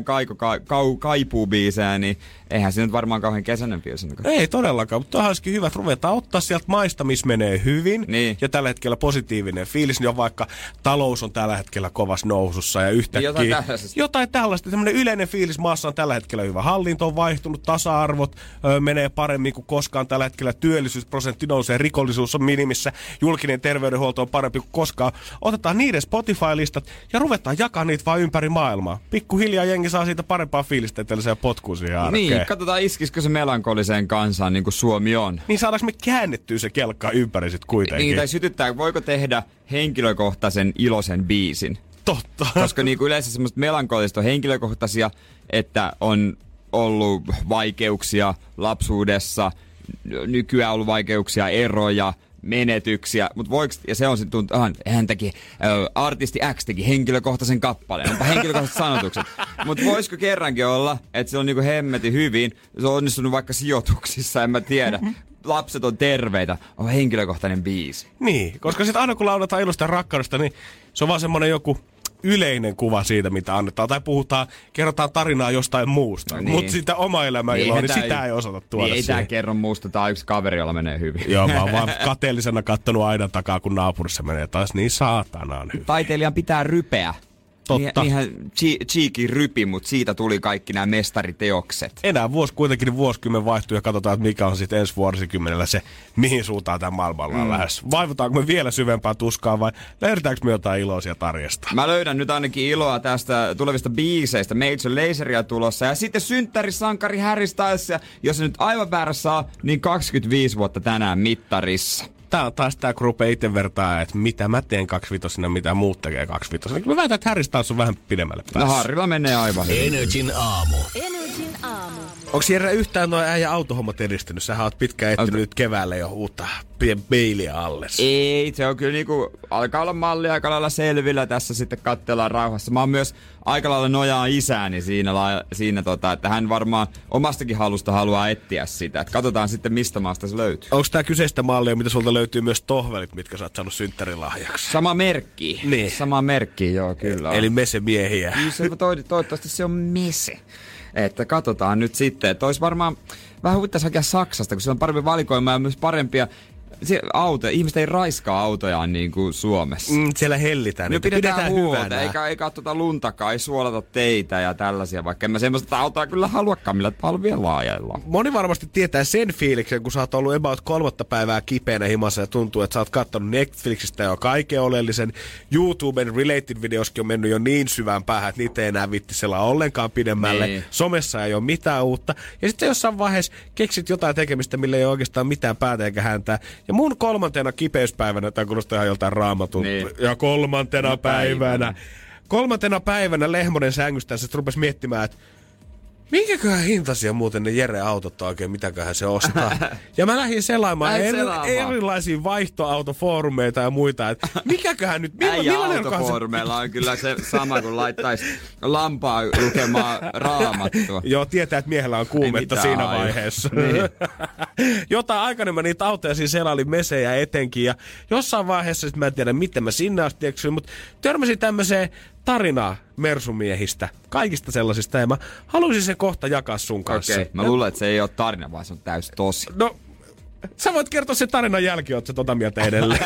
kaipuubiisejä, niin eihän se nyt varmaan kauhean kesäinen biisi. Ei todellakaan, mutta on olisikin hyvä, että ruvetaan ottaa sieltä maista, missä menee hyvin. Niin. Ja tällä hetkellä positiivinen fiilis, niin vaikka talous on tällä hetkellä kovassa nousussa ja yhtäkkiä jotain tällaista. Tämmöinen yleinen fiilis maassa on tällä hetkellä hyvä. Hallinto on vaihtunut, tasa-arvot menee paremmin kuin koskaan tällä hetkellä. Työllisyysprosentti nousee, rikollisuus on minimissä, julkinen terveydenhuolto on parempi kuin koskaan. Otetaan niiden Spotify-listat ja ruvetaan jakaa niitä vaan ympäri maailmaa. Pikkuhiljaa jengi saa siitä parempaa fiilistä, että se potkuu siihen arkeen. Niin, katsotaan iskisikö se melankoliseen kansaan niin kuin Suomi on. Niin saadaanko me käännettyä se kelkkaa ympäri sit kuitenkin? Niin, tai sytyttää, voiko tehdä henkilökohtaisen iloisen biisin? Totta. Koska niin kuin yleensä semmoista melankolista on henkilökohtaisia, että on ollut vaikeuksia lapsuudessa, nykyään ollut vaikeuksia, eroja, menetyksiä, mutta voiko, ja se on sitten hän teki, artisti X teki henkilökohtaisen kappaleen, onpa henkilökohtaiset sanotukset. Mutta voisiko kerrankin olla, että se on niinku hemmetin hyvin, se on onnistunut vaikka sijoituksissa, en mä tiedä. Lapset on terveitä, on henkilökohtainen biisi. Niin, koska sitten aina kun lauletaan ilosta ja rakkaudesta, niin se on vaan semmoinen joku yleinen kuva siitä, mitä annetaan. Tai kerrotaan tarinaa jostain muusta. No niin. Mutta sitä oma elämän iloa, niin sitä ei osata tuoda niin, ei tää kerro muusta, tää on yksi kaveri, jolla menee hyvin. Joo, mä oon vaan kateellisena kattonut aidan takaa, kun naapurissa menee taas niin saatanaan hyvin. Taiteilijan pitää rypeä. Totta. Niinhän Cheeky rypi, mutta siitä tuli kaikki nämä mestariteokset. Enää kuitenkin vuosikymmen vaihtuu ja katsotaan, että mikä on sitten ensi vuosikymmenellä se, mihin suuntaan tämä maailmalla on lähes. Vaivutaanko me vielä syvempään tuskaan vai löydetäänkö me jotain iloisia tarjesta? Mä löydän nyt ainakin iloa tästä tulevista biiseistä. Major Lazeria tulossa ja sitten synttärisankari Harry Styles. Jos se nyt aivan väärässä on, niin 25 vuotta tänään mittarissa. Tää on taas tää, kun rupeaa itse vertaa, että mitä mä teen 25-vuotiaana, mitä muut tekee 25-vuotiaana. Mä väitän, että Harry Styles on vähän pidemmälle päässä. No Harrylla menee aivan hyvin. Energin aamu. Onko Jerry yhtään noin äijä autohommat edistynyt? Sähän oot pitkään etsinyt nyt keväällä jo uutta Baileya alles. Ei, se on kyllä niinku, alkaa olla mallia aika lailla selvillä tässä sitten katsellaan rauhassa. Mä oon myös aika lailla nojaa isääni siinä että hän varmaan omastakin halusta haluaa etsiä sitä. Et katsotaan sitten mistä maasta se löytyy. Onko tää kyseistä mallia, mitä sulta löytyy myös tohvelit, mitkä sä oot saanut synttärilahjaksi? Sama merkki. Niin. Sama merkki, joo kyllä. Eli mesemiehiä. Toivottavasti se on mese. Että katsotaan nyt sitten, että olisi varmaan vähän huvittaisi hakea Saksasta, kun siellä on parempi valikoima ja myös parempia ihmiset ei raiskaa autojaan niin kuin Suomessa. Siellä hellitään. Me pidetään huolta, eikä katsota luntakaan, ei suolata teitä ja tällaisia, vaikka en mä semmoista autoa kyllä haluakaan, millä palvia laajaillaan. Moni varmasti tietää sen fiiliksen, kun sä oot ollut about 3 päivää kipeänä himassa ja tuntuu, että sä oot kattonut Netflixistä jo kaiken oleellisen. YouTuben related videoskin on mennyt jo niin syvään päähän, että niitä ei enää vittisellä ollenkaan pidemmälle. Niin. Somessa ei ole mitään uutta. Ja sitten jossain vaiheessa keksit jotain tekemistä, millä ei ole oikeastaan mitään päätä eikä häntää. Ja mun 3. kipeyspäivänä, tämä kuulostaa ihan joltain Raamatun, niin. Ja 3. päivänä. 3. päivänä Lehmonen sängystä, se rupesi miettimään, että minkäköhän hintaisia muuten ne Jere-autot on oikein, mitäköhän se ostaa. Ja mä lähdin selaamaan erilaisia vaihtoautofoorumeita ja muita, että mikäköhän nyt, autofoorumeilla on kyllä se sama, kun laittaisi lampaa lukemaan Raamattua. Joo, tietää, että miehellä on kuumetta siinä vaiheessa. Niin. Jotain aikana mä niitä autoja siinä selailin, mesejä etenkin, ja jossain vaiheessa, mä en tiedä miten mä sinne asti eksyin, mutta törmäsin tämmöiseen tarinaa Mersumiehistä, kaikista sellaisista, ja mä haluaisin sen kohta jakaa sun kanssa. Okei, mä luulen, että se ei ole tarina, vaan se on täysin tosi. No, sä voit kertoa sen tarinan jälkeen, oot sä tota mieltä edelleen.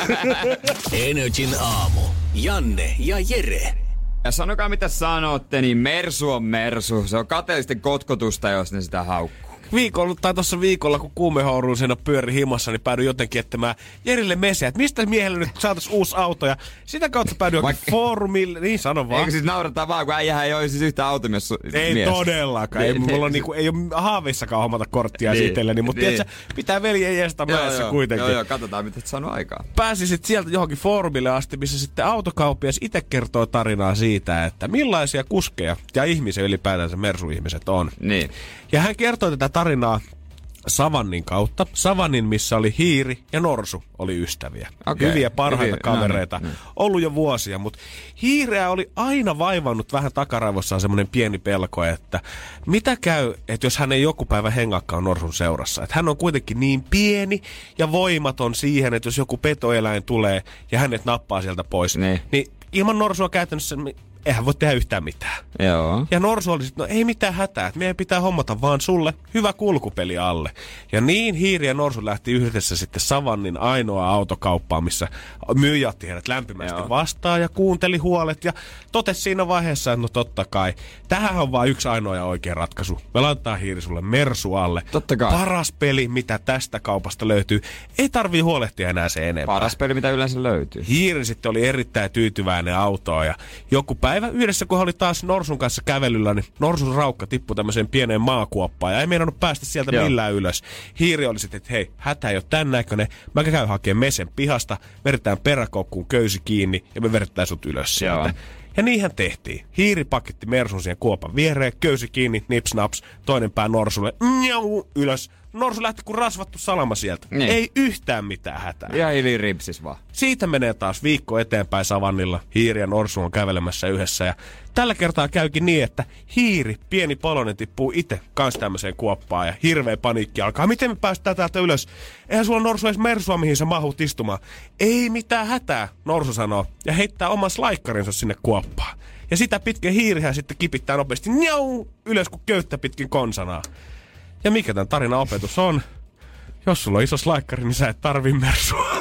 Energin aamu. Janne ja Jere. Ja sanokaa mitä sanotte, niin Mersu on Mersu. Se on kateellisten kotkotusta, jos ne sitä haukkuu. Tuossa viikolla, kun kuumehouruisena pyöri himassa, niin päädyin jotenkin ettämään Jerille meseä, että mistä miehelle nyt saataisiin uusi auto, ja sitä kautta päädyin foorumille, niin sano vaan. Eikö siis naurataan vaan, kun äijähän ei ole siis yhtä automies. Ei todellakaan, ei mulla on ei ole haaveissakaan hommata korttia itselleni, mutta tiedätkö, pitää veljen jestä mäessä kuitenkin. Joo, katsotaan mitä et saanut aikaa. Pääsin sitten sieltä johonkin foorumille asti, missä sitten autokauppias itse kertoo tarinaa siitä, että millaisia kuskeja ja ihmisiä ylipäätänsä Mersu-ihmiset on. Niin. Ja hän kertoi tätä tarinaa Savannin kautta. Savannin, missä oli hiiri ja norsu, oli ystäviä. Okay. Hyviä parhaita kavereita. No niin. Ollut jo vuosia, mutta hiireä oli aina vaivannut vähän takaraivossaan semmoinen pieni pelko, että mitä käy, että jos hän ei joku päivä hengakkaan norsun seurassa. Että hän on kuitenkin niin pieni ja voimaton siihen, että jos joku petoeläin tulee ja hänet nappaa sieltä pois, niin ilman norsua käytännössä eihän voi tehdä yhtään mitään. Joo. Ja norsu oli sitten, no ei mitään hätää, että meidän pitää hommata vaan sulle hyvä kulkupeli alle. Ja niin hiiri ja norsu lähti yhdessä sitten Savannin ainoa autokauppaan, missä myyjä otti heidät lämpimästi vastaan ja kuunteli huolet. Ja totesi siinä vaiheessa, että no totta kai, tähän on vaan yksi ainoa ja oikea ratkaisu. Me laitetaan hiiri sulle Mersu alle. Totta kai. Paras peli, mitä tästä kaupasta löytyy. Ei tarvii huolehtia enää se enempää. Paras peli, mitä yleensä löytyy. Hiiri sitten oli erittäin tyytyväinen autoon ja joku päivä yhdessä, kun oli taas norsun kanssa kävelyllä, niin norsun raukka tippui tämmöiseen pieneen maakuoppaan ja ei meinannut päästä sieltä millään ylös. Hiiri oli sitten, että hei, hätä ei ole tän näköinen. Mä käyn hakemaan mesen pihasta, vedetään peräkoukkuun köysi kiinni ja me vedetään sut ylös sieltä. Ja niinhän tehtiin. Hiiri paketti Mersun siihen kuopan viereen, köysi kiinni, nips naps, toinen pää norsulle, ylös. Norsu lähti kuin rasvattu salama sieltä. Niin. Ei yhtään mitään hätää. Ja hiiliripsis vaan. Siitä menee taas viikko eteenpäin Savannilla. Hiiri ja norsu on kävelemässä yhdessä. Ja tällä kertaa käykin niin, että hiiri, pieni polonen, tippuu itse kans tämmöiseen kuoppaan. Ja hirveä paniikki alkaa. Miten me päästään täältä ylös? Eihän sulla norsu edes Mersua, mihin sä mahut istumaan. Ei mitään hätää, norsu sanoo. Ja heittää oman slaikkarinsa sinne kuoppaan. Ja sitä pitkin hiirihän sitten kipittää nopeasti ylös kuin köyttä pitkin konsanaa. Ja mikä tämän tarinan opetus on? Jos sulla on iso slaikkari, niin sä et tarvii Mersua.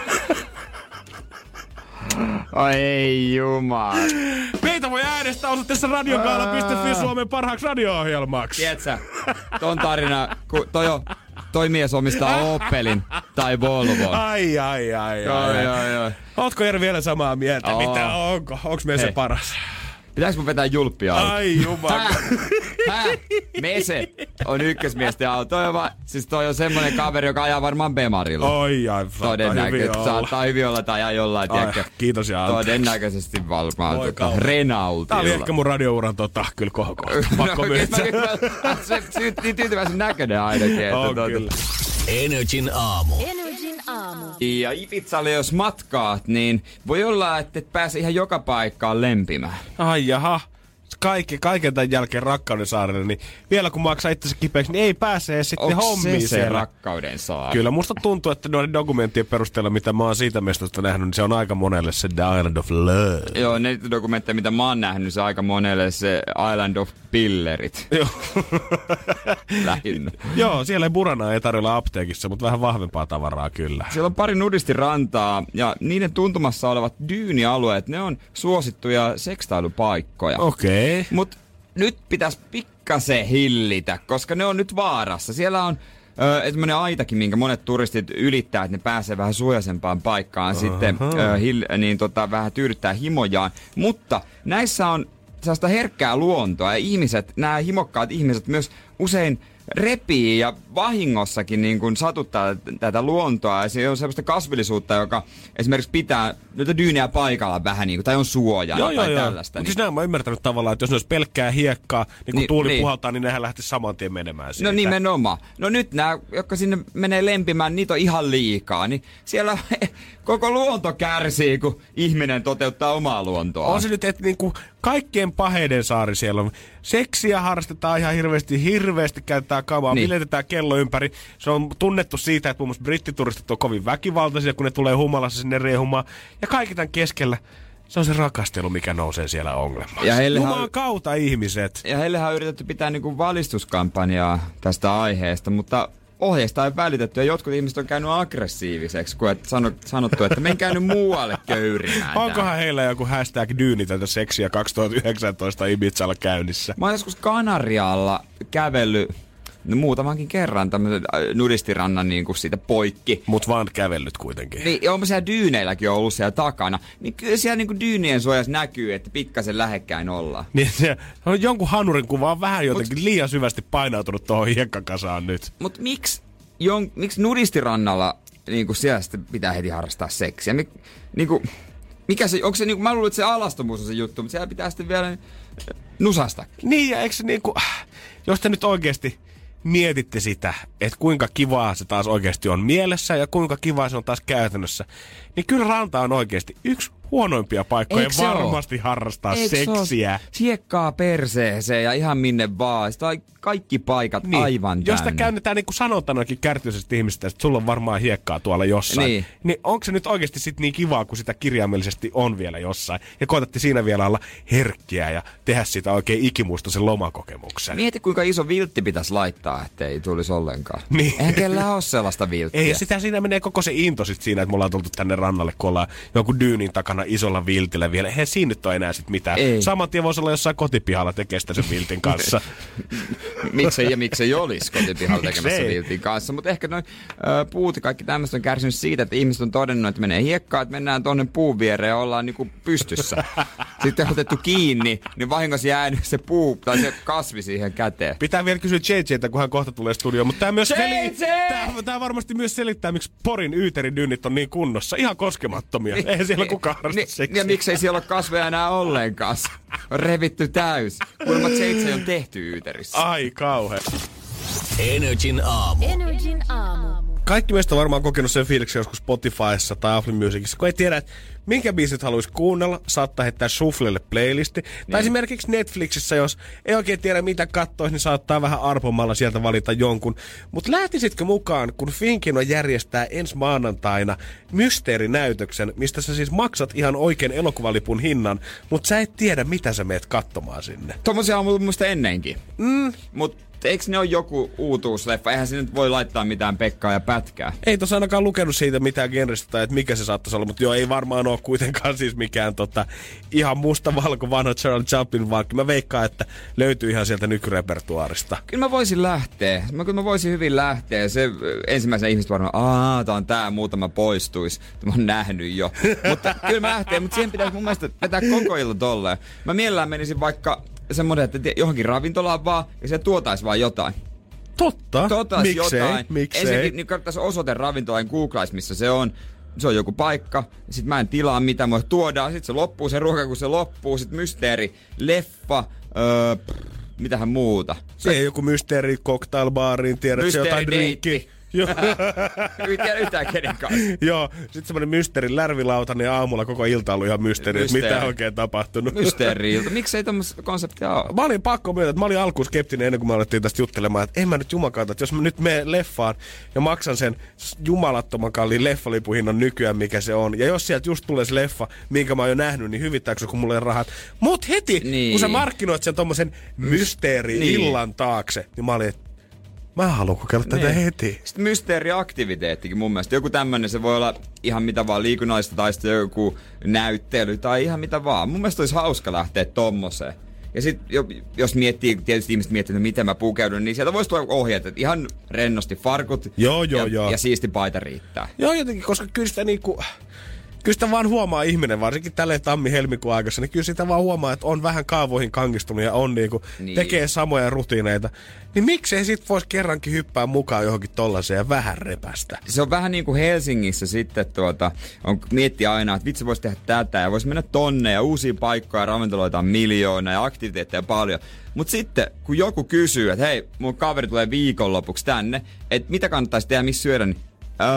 Oi ei jumala. Meitä voi äänestää osoitteessa radiogaala.fi Suomen parhaaksi radio-ohjelmaksi. Tiedätkö, ton tarina, kun toi mies omistaa Opelin tai Volvon. Ai. Ootko Jere vielä samaa mieltä? Mitä onko? Onks meidän se paras? Pitääkö mun vetää julppia auto? Ai jumala. Mese on ykkösmiesten auto. Toi on semmonen kaveri, joka ajaa varmaan Bemarilla. Saattaa hyvin olla tai ajaa jollain, tiedätkö? Kiitos ja anteeksi. Todennäköisesti varmaan Renaultilla. Tää oli ehkä mun radiouran kyllä pakko myöntää. Se niin tyytyväisen näköinen ainakin. On kyllä. Energin aamu. Ja Ibizalle jos matkaat, niin voi olla, että et pääse ihan joka paikkaan lempimään. Ai jaha. Kaiken tämän jälkeen Rakkauden saarelle, niin vielä kun maksaa itsensä kipeäksi, niin ei pääse sitten hommiin se Rakkauden saari? Kyllä musta tuntuu, että noiden dokumenttien perusteella, mitä mä oon siitä mestasta nähnyt, niin se on aika monelle se The Island of Love. Joo, ne dokumentteja, mitä mä oon nähnyt, niin se on aika monelle se Island of Pillerit. Joo. Lähinnä. Joo, siellä Burana ei tarjolla apteekissa, mutta vähän vahvempaa tavaraa kyllä. Siellä on pari nudistirantaa ja niiden tuntumassa olevat dyynialueet, ne on suosittuja sekstailupaikkoja. Okei. Mut nyt pitäisi pikkasen hillitä, koska ne on nyt vaarassa. Siellä on semmoinen aitakin, minkä monet turistit ylittää, että ne pääsee vähän suojaisempaan paikkaan sitten vähän tyydyttää himojaan. Mutta näissä on sellaista herkkää luontoa ja ihmiset, nämä himokkaat ihmiset myös usein repii ja vahingossakin niin kuin satuttaa tätä luontoa. Ja se on sellaista kasvillisuutta, joka esimerkiksi pitää noita dyynejä paikalla vähän niin kuin, tai on suojana tai tällaista. Mutta siis näin mä oon ymmärtänyt tavallaan, että jos ne olisi pelkkää hiekkaa, niin kun tuuli puhaltaa, niin nehän lähtisi saman tien menemään siitä. No nimenomaan. No nyt nämä, jotka sinne menee lempimään, niitä on ihan liikaa. Niin siellä koko luonto kärsii, kun ihminen toteuttaa omaa luontoa. On se nyt, että niinku kaikkien paheiden saari siellä on. Seksiä harrastetaan ihan hirveästi käytetään kamaa, viletetään kello ympäri. Se on tunnettu siitä, että muun muassa brittituristit on kovin väkivaltaisia, kun ne tulee humalassa sinne riehumaan. Ja kaikki tämän keskellä se on se rakastelu, mikä nousee siellä ongelmaan. Jumalan kautta ihmiset. Ja heillehän on yritetty pitää niinku valistuskampanjaa tästä aiheesta, mutta ohjeista ei välitetty ja jotkut ihmiset on käynyt aggressiiviseksi, kun sanottu, että menkää nyt muualle köyrimään. Onkohan heillä joku hashtag dyynitöntä seksiä 2019 Ibizalla käynnissä? Mä oon joskus Kanarialla kävellyt muutamankin kerran tämmöisen nudistirannan niin kuin siitä poikki. Mut vaan kävellyt kuitenkin. Niin, on siellä dyyneilläkin ollut siellä takana. Niin kyllä siellä niin kuin dyynien suojassa näkyy, että pikkasen lähekkäin ollaan. Niin se on jonkun hanurin kuva on vähän jotenkin liian syvästi painautunut tuohon hiekkakasaan nyt. Mut miksi nudistirannalla niin kuin siellä sitten pitää heti harrastaa seksiä? Niin kuin, mikä se, onko se, niin kuin, mä luulen, että se alastomuus on se juttu, mutta siellä pitää sitten vielä nusasta. Niin ja eikö se niinku, jos te nyt oikeesti mietitte sitä, että kuinka kivaa se taas oikeasti on mielessä ja kuinka kivaa se on taas käytännössä, niin kyllä ranta on oikeasti yksi huonoimpia paikkoja varmasti harrastaa seksiä. Hiekkaa perseeseen ja ihan minne vaan. Sitä on kaikki paikat aivan täynnä. Jos sitä käännetään niin kuin sanotanakin kärtyisesti ihmistä, että sulla on varmaan hiekkaa tuolla jossain, niin onko se nyt oikeasti sit niin kivaa, kun sitä kirjaimellisesti on vielä jossain? Ja koetatte siinä vielä olla herkkiä ja tehdä sitä oikein ikimuistoisen lomakokemuksen. Mieti, kuinka iso viltti pitäisi laittaa, ettei tulisi ollenkaan. Niin. Eihän kellään ole sellaista vilttiä. Ei, ja sitä siinä menee koko se into sit siinä, että me ollaan tultu tänne rannalle, kun ollaan jonkun dyynin takana isolla viltillä vielä. Eihän siinä nyt ole enää sit mitään. Ei. Saman tien voisi olla jossain kotipihalla tekee sitä sen viltin kanssa. miksei olisi kotipihalla tekemässä viltin kanssa. Mutta ehkä noin puut ja kaikki tämmöistä on kärsinyt siitä, että ihmiset on todennut, että menee hiekkaan, että mennään tonne puun viereen ja ollaan niinku pystyssä. Sitten on otettu kiinni, niin vahingossa jäänyt se puu tai se kasvi siihen käteen. Pitää vielä kysyä JJ:tä, kun hän kohta tulee studioon. Mutta tämä varmasti myös selittää, miksi Porin Yyterin-dynnit on niin kunnossa. Ihan koskemattomia. Eihän siellä kukaan harrasta seksiä. Ja miksei siellä ole kasveja enää ollenkaan. On revitty täys. Kuulemma JJ on tehty Yyterissä. Ai kauhe. Energin aamu. Kaikki meistä on varmaan kokenut sen fiiliksen joskus Spotifyssa tai Apple Musicissa, kun ei tiedä, että minkä biisit haluaisi kuunnella, saattaa heittää shufflelle playlisti. Niin. Tai esimerkiksi Netflixissä, jos ei oikein tiedä mitä katsoisi, niin saattaa vähän arpomalla sieltä valita jonkun. Mutta lähtisitkö mukaan, kun Finkino järjestää ensi maanantaina mysteerinäytöksen, mistä sä siis maksat ihan oikein elokuvalipun hinnan, mutta sä et tiedä, mitä sä meet katsomaan sinne. Tommosia on ollut musta ennenkin. Mutta eikö ne ole joku uutuusleffa? Eihän se nyt voi laittaa mitään Pekkaa ja Pätkää. Ei tossa ainakaan lukenut siitä mitään genrestä tai että mikä se saattaisi olla, mutta joo, ei varmaan ole kuitenkaan siis mikään ihan mustavalko vanha Charlie Chaplin, vaan mä veikkaan, että löytyy ihan sieltä nykyrepertuaarista. Kyllä mä voisin lähteä. Kyllä mä voisin hyvin lähteä. Se ensimmäisen ihmiset varmaan, tää on tää, muutama poistuisi. Mä oon nähnyt jo. Mutta kyllä mä lähtee, mutta siihen pitäisi mun mielestä vetää koko ilta tolleen. Mä mielellään menisin vaikka semmoinen, että johonkin ravintolaan vaan ja se tuotais vaan jotain. Totta. Miksei? Ensinnäkin niin kannattaisi osoite ravintolaan, googlais missä se on. Se on joku paikka, sit mä en tilaa mitään, mulle tuodaan, sit se loppuu se ruoka, kun se loppuu, sit mysteeri, leffa, mitähän muuta. Se ei joku mysteeri cocktailbaariin, tiedätkö jotain drinkki. Joo. Ei tiedä yhtään kenen kanssa. Joo, sit semmonen mysteerin lärvilautanen ja aamulla koko ilta ollut ihan mysteeri, että mitä on oikein tapahtunut. Mysteeri-ilta. Miksei tommosesta konseptia ole? Mä olin pakko myöntää, että mä olin alkuun skeptinen ennen kuin me alettiin tästä juttelemaan, että en mä nyt jumakauta, että jos mä nyt menen leffaan ja maksan sen jumalattoman kalliin leffalipuhinnan nykyään, mikä se on. Ja jos sieltä just tulee se leffa, minkä mä oon jo nähnyt, niin hyvittääkö se, kun mulla ei rahat. Mut heti, kun sä markkinoit sen tommosen mysteeri-illan taakse, niin mä olin, mä haluan kokeilla tätä heti. Sitten mysteeriaktiviteettikin mun mielestä. Joku tämmönen, se voi olla ihan mitä vaan liikunnallista tai sitten joku näyttely tai ihan mitä vaan. Mun mielestä olisi hauska lähteä tommoseen. Ja sit jos miettii, tietysti ihmiset miettii, että miten mä pukeudun, niin sieltä voisi tulla ohjeet, että ihan rennosti farkut joo. ja siisti paita riittää. Joo, jotenkin, koska kyllä sitä niinku Kyllä sitä vaan huomaa ihminen, varsinkin tälleen tammi-helmikuun aikassa, niin kyllä sitä vaan huomaa, että on vähän kaavoihin kangistunut ja on tekee samoja rutiineita. Niin miksei sit vois kerrankin hyppää mukaan johonkin tollaiseen ja vähän repästä? Se on vähän niin kuin Helsingissä sitten miettii aina, että vitsi vois tehdä tätä ja vois mennä tonne ja uusia paikkoja, ravintoloita on miljoona ja aktiviteetteja paljon. Mut sitten, kun joku kysyy, että hei, mun kaveri tulee viikonlopuksi tänne, että mitä kannattaisi tehdä, missä syödä, niin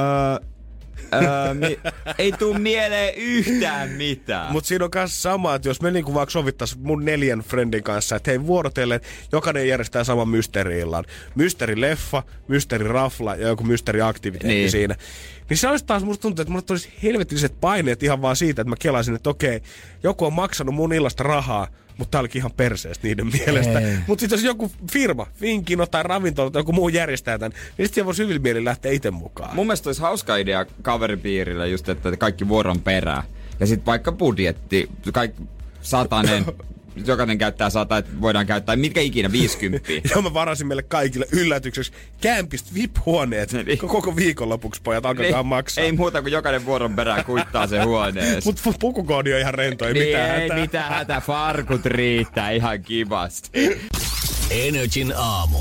ei tuu mieleen yhtään mitään. Mut siinä on kanssa sama, että jos me niinku vaikka sovittais mun 4 friendin kanssa, että hei vuorotellen, jokainen järjestää saman mysteeri-illan. Mysteeri-leffa, mysteeri-rafla ja joku mysteeri-aktiviteetti siinä. Niin se olisi taas, musta tuntuu, että mulle tulisi helvetilliset paineet ihan vaan siitä, että mä kelaisin, että okei, joku on maksanut mun illasta rahaa, mutta tää olikin ihan perseestä niiden mielestä. Mutta sitten jos joku firma, Finkino tai ravintola tai joku muu järjestää tämän, niin sitten voisi hyvin mieli lähteä itse mukaan. Mun mielestä olisi hauska idea kaveripiirillä just, että kaikki vuoron perään. Ja sitten vaikka budjetti, kaikki 100, jokainen käyttää 100, että voidaan käyttää mitkä ikinä 50. Joo, mä varasin meille kaikille yllätykseksi kämpistä VIP-huoneet. Koko viikonlopuksi pojat alkakaa maksaa. Ei muuta kuin jokainen vuoron perään kuittaa se huoneessa. Mut pukukoodi on ihan rento, ei mitään hätää. Ei mitään hätää, farkut riittää ihan kivasti. Energin aamu.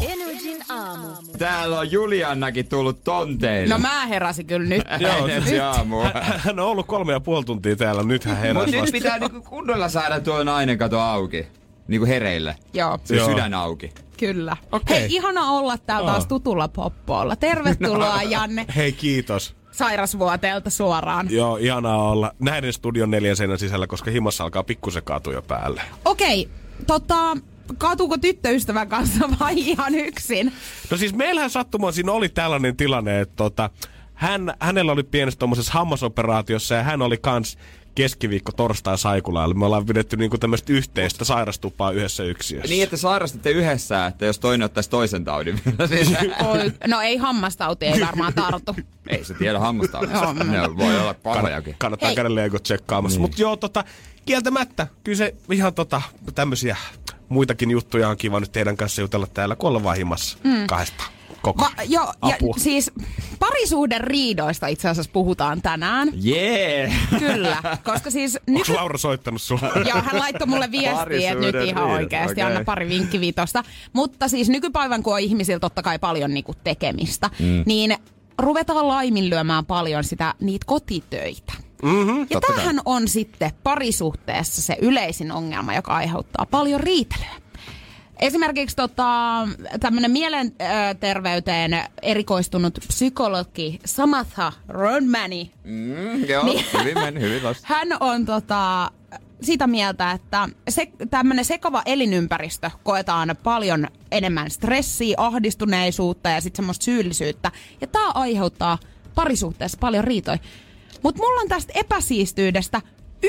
Täällä on Juliannakin tullut tonteille. No mä heräsin kyllä nyt. Hän on ollut 3,5 tuntia täällä, nyt hän heräsi vasta. Mut nyt pitää niinku kunnolla saada tuo nainen kato auki. Niinku hereille. Joo. Se sydän auki. Kyllä. Okay. Hei, ihana olla täällä taas tutulla poppoolla. Tervetuloa Janne. Hei, kiitos. Sairasvuoteelta suoraan. Joo, ihanaa olla näiden studion 4 seinän sisällä, koska himassa alkaa pikkusen kaatua jo päälle. Okei, kaatuuko tyttöystävän kanssa vai ihan yksin? No siis meillähän sattumaan siinä oli tällainen tilanne, että hänellä oli pienessä tommosessa hammasoperaatiossa ja hän oli kans keskiviikko torstai Saikulailla. Me ollaan pidetty niinku tämmöistä yhteistä sairastupaa yhdessä yksiössä. Niin, että sairastatte yhdessä, että jos toinen ottaisi toisen taudin. No ei hammastauti, ei varmaan tartu. Ei se tiedä hammastaudista. Ne voi olla pahojakin. Kannattaa käydä Lego tsekkaamassa. Niin. Mutta joo, kieltämättä, kyllä se ihan tämmöisiä muitakin juttuja on kiva nyt teidän kanssa jutella täällä, kun ollaan vaan himassa kahdestaan. Joo, ja siis parisuhderiidoista itse asiassa puhutaan tänään. Jee! Kyllä, koska siis... Onko Laura soittanut sulle? Joo, hän laittoi mulle viestiä, että nyt ihan oikeasti, anna pari vinkkivitosta. Mutta siis nykypäivän, kun on ihmisillä totta kai paljon niinku tekemistä, niin ruvetaan laiminlyömään paljon niitä kotitöitä. Ja tämähän on sitten parisuhteessa se yleisin ongelma, joka aiheuttaa paljon riitelyä. Esimerkiksi tämmöinen mielenterveyteen erikoistunut psykologi Samatha Rodmani. Joo, hyvin vasta. Hän on sitä mieltä, että tämmöinen sekava elinympäristö koetaan paljon enemmän stressiä, ahdistuneisuutta ja sitten semmoista syyllisyyttä. Ja tää aiheuttaa parisuhteessa paljon riitoja. Mutta mulla on tästä epäsiistyydestä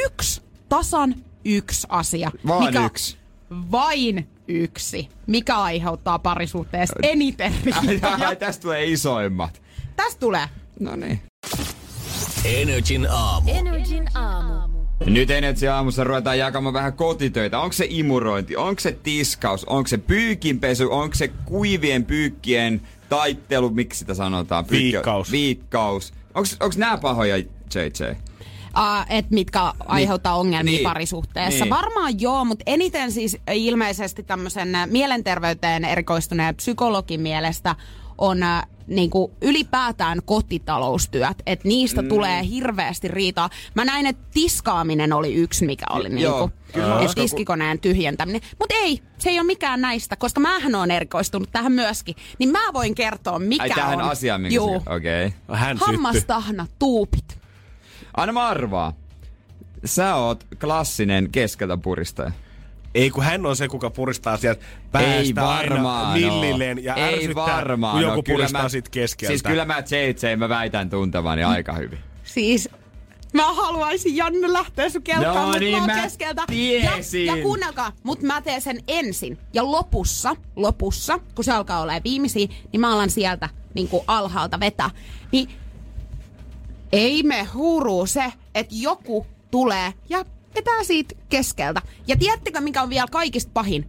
yksi asia. Vain yksi, mikä aiheuttaa parisuhteessa eniten riitoja. Tästä tulee isoimmat. Tästä tulee. No niin. Energin aamu. Nyt Energy aamussa ruvetaan jakamaan vähän kotitöitä. Onko se imurointi, onko se tiskaus, onko se pyykinpesu, onko se kuivien pyykkien taittelu, miksi sitä sanotaan? Viikkaus. Onko nämä pahoja, JJ? Että mitkä aiheuttaa ongelmia parisuhteessa. Niin. Varmaan joo, mutta eniten siis ilmeisesti tämmöisen mielenterveyteen erikoistuneen psykologin mielestä on niinku ylipäätään kotitaloustyöt, että niistä tulee hirveästi riitaa. Mä näin, että tiskaaminen oli yksi, mikä oli niinku, että tiskikoneen tyhjentäminen. Mutta ei, se ei ole mikään näistä, koska mähän on erikoistunut tähän myöskin. Niin mä voin kertoa, mikä on. Tähän asiaan, mikä okei. Hammastahna tuupit. Anna mä arvaa. Sä oot klassinen keskeltä puristaja. Ei, kun hän on se, kuka puristaa sieltä päästä aina millilleen ja ärsyttää, kun joku puristaa sit keskeltä. Siis kyllä mä väitän tuntevani aika hyvin. Siis mä haluaisin Janne lähteä sun kelkaan, mutta niin mä oon keskeltä. Ja kuunnelkaa, mut mä teen sen ensin. Ja lopussa, kun se alkaa olla viimeisiä, niin mä alan sieltä niin kuin alhaalta vetää. Niin ei me huuruu se, että joku tulee ja vetää siitä keskeltä. Ja tiedättekö, mikä on vielä kaikista pahin?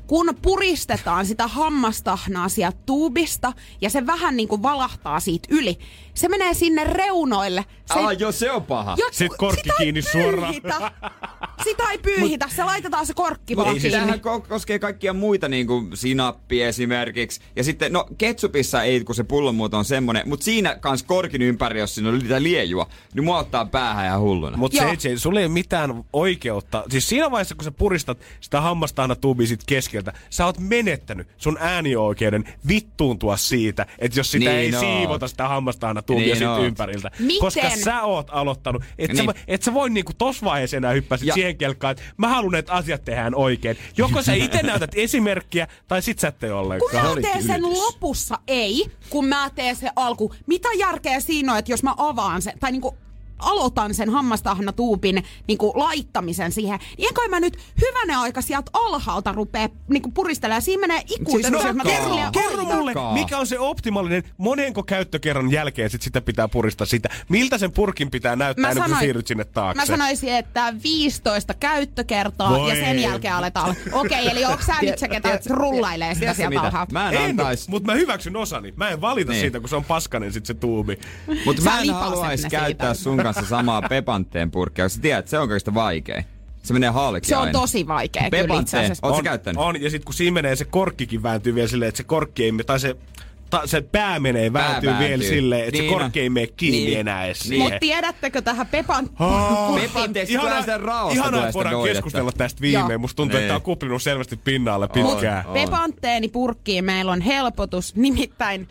kun puristetaan sitä hammastahnaa sieltä tuubista ja se vähän niin kuin valahtaa siitä yli, se menee sinne reunoille. Joo, se on paha. Sitten korkki kiinni suoraan. Sitä ei pyyhitä, se laitetaan se korkki vaan kiinni. Sehän koskee kaikkia muita, niin kuin sinappi esimerkiksi. Ja sitten, no ketsupissa ei, kun se pullonmuoto on semmonen, mutta siinä kans korkin ympäri, jos siinä on liejua, niin mua ottaa päähän ihan hulluna. Mutta se, sulla ei ole mitään oikeutta. Siis siinä vaiheessa, kun sä puristat sitä hammastahnatuubia sit keskeltä, sä oot menettänyt sun äänioikeuden vittuuntua siitä, että jos sitä ei siivota sitä hammastahnatuubia siitä ympäriltä. Miten? Koska sä oot aloittanut. Et sä voi niinku tossa vaiheessa enää hyppää siihen kelkkaan, että mä haluan, että asiat tehdään oikein. Joko sä itse näytät esimerkkiä, tai sit sä et tee ollenkaan. Kun mä teen sen lopussa kun mä teen sen alku. Mitä järkeä siinä on, että jos mä avaan sen, tai niinku aloitan sen hammastahnatuupin niinku laittamisen siihen, niin enkä mä nyt hyvänen aika sieltä alhaalta rupee niinku puristelemaan. Siinä menee ikuisesti. Kerro mulle, mikä on se optimaalinen, monenko käyttökerran jälkeen sitä pitää puristaa sitä? Miltä sen purkin pitää näyttää ennen kuin siirryt sinne taakse? Mä sanoisin, että 15 käyttökertaa ja sen jälkeen aletaan. Okei, eli onko sä nyt se, ketä rullailee sitä sieltä alhaalta? Mutta mä hyväksyn osani. Mä en valita siitä, kun se on paskanen sit se tuubi. Mutta mä en haluaisi käyttää sun kanssa samaa Pepantteen purkkia, koska sä tiedät, se on kaikista vaikein. Se menee halki Se on aina. tosi vaikea kyllä itse asiassa. Ootko sä käyttänyt? On, ja sit kun siinä menee se korkkikin vääntyy vielä silleen, että se korkki ei tai se pää menee vääntyy vielä silleen, että se korkki ei mene kiinni enää edes siihen. Mutta tiedättekö tähän Pepantteeksi tulee sen raosta. Ihanaa, että voidaan keskustella tästä viimein. Musta tuntuu, että tää on kuplinut selvästi pinnalle pitkään. Pepantteeni purkkiin meillä on helpotus, nimittäin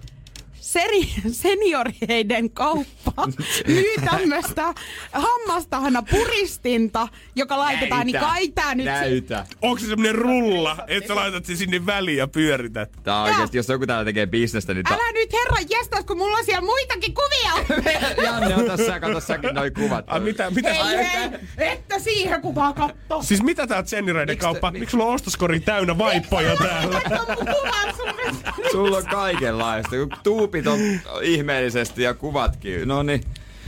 senioriheiden kauppa myy tämmöstä hammastahnapuristinta, joka laitetaan, niin kai tää nyt... Näytä. Onko se semmonen rulla, että sä laitat sen sinne väliin ja pyörität? Tää oikeesti, jos joku täällä tekee bisnestä, niin... Älä nyt herran jestas, kun mulla on siellä muitakin kuvia! Janne, kato säkin noi kuvat. Mitä Hei, että siihen kuvaa kattoo. Siis mitä tää on senioriheiden kauppa? Miksi sulla on ostoskori täynnä vaippoja täällä? Sulla on kaikenlaista. Tuupit on ihmeellisesti ja kuvatkin. Noniin.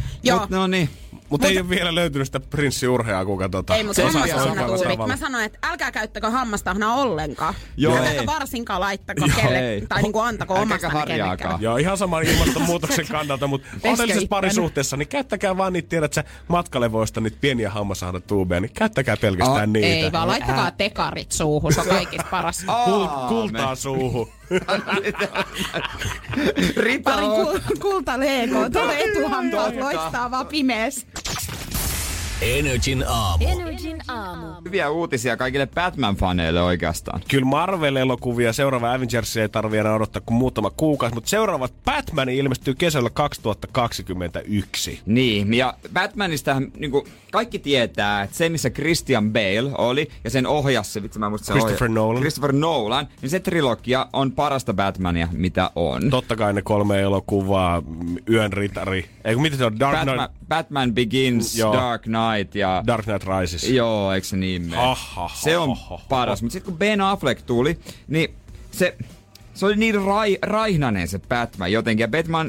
Mutta ei ole vielä löytynyt sitä prinssiurheaa, kuka Ei, mutta mä sanoin, että älkää käyttäkö hammastahnaa ollenkaan. Älkääkä varsinkaan laittako kelle, tai niinku antako omasta kenellekään. Joo, ihan saman ilmastonmuutoksen kannalta, mutta onnellisessa parisuhteessa, niin käyttäkää vaan niitä, tiedät sä, matkalevoista niitä pieniä hammastahnatuubeja, niin käyttäkää pelkästään niitä. Ei vaan, laittakaa tekarit suuhun, se on kaikista paras. Kultaa suuhun. Pari kultaleekoa, tuolla etuhampaat loistaa vaan pimees. Energin aamu. Hyviä uutisia kaikille Batman-faneille oikeastaan. Kyllä Marvel-elokuvia, seuraava Avengersia ei tarvitse enää odottaa kuin muutama kuukausi, mutta seuraavat Batman ilmestyy kesällä 2021. Niin, ja Batmanista niinku kaikki tietää, että se missä Christian Bale oli ja sen ohjasi, Christopher Nolan, niin se trilogia on parasta Batmania, mitä on. Totta kai ne 3 elokuvaa, Yön ritari, eikö mitä se on? Batman Begins, Dark Knight ja... Dark Knight Rises. Joo, eikö se niin mene? Se on paras, mutta sitten kun Ben Affleck tuli, niin se oli niin raihnainen se Batman jotenkin. Ja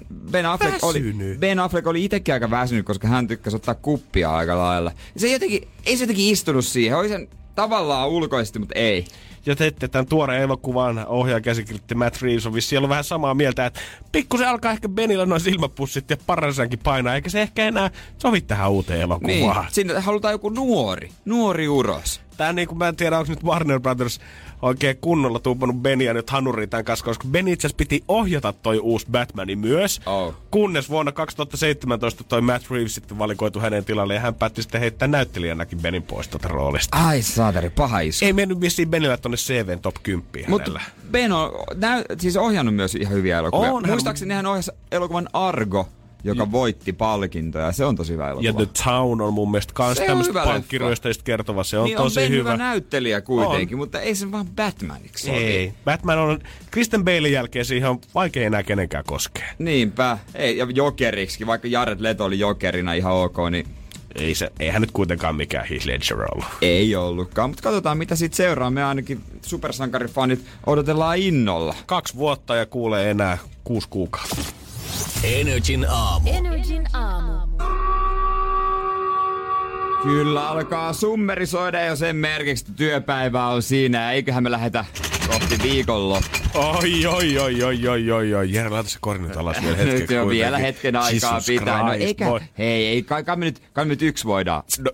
Ben Affleck oli itsekin aika väsynyt, koska hän tykkäsi ottaa kuppia aika lailla. Ei se jotenkin istunut siihen. Oli sen tavallaan ulkoisesti, mutta ei. Ja teette tämän tuoreen elokuvan ohjaajakäsikirjoitti Matt Reeves on vissiin ollut vähän samaa mieltä, että pikkusen alkaa ehkä Benillä noin silmäpussit ja paransankin painaa, eikä se ehkä enää sovi tähän uuteen elokuvaan. Niin, siinä halutaan joku nuori uros. Tää niin kuin mä en tiedä, onko nyt Warner Brothers oikein kunnolla tuupannut Beniä nyt hanuriin tämän kanssa, koska Ben itse asiassa piti ohjata toi uusi Batmani myös, kunnes vuonna 2017 toi Matt Reeves sitten valikoitu hänen tilalle ja hän päätti sitten heittää näyttelijänäkin Benin pois tuota roolista. Ai saatari, paha isku. Ei mennyt vissiin Benillä tonne CVn top 10 hänellä. Mutta Ben on siis ohjannut myös ihan hyviä elokuvia. Muistaakseni hän ohjasi elokuvan Argo, joka voitti palkintoja. Se on tosi hyvä elokuva. Ja The Town on mun mielestä kans tämmöistä pankkiryöstäistä kertova. Se on niin tosi on hyvä näyttelijä kuitenkin, mutta ei se vaan Batmaniksi. Ei. Batman on Kristen Balein jälkeen siihen on vaikea enää kenenkään koskea. Niinpä. Ei, ja Jokeriksi, vaikka Jared Leto oli Jokerina ihan ok, niin... Eihän nyt kuitenkaan mikään Heath Ledger ollut. Ei ollutkaan, mutta katsotaan mitä siitä seuraa. Me ainakin supersankarifanit odotellaan innolla. 2 vuotta ja kuulee enää 6 kuukautta. Energin aamu. Kyllä alkaa summerisoida jo sen merkiksi, että työpäivä on siinä. Eiköhän me lähetä kohti viikonloppua. Oi. Jere, laita se kori nyt alas vielä hetkeksi. Nyt on vielä hetken aikaa Jesus pitää. No, eikä, hei, kai me nyt yksi voidaan. No.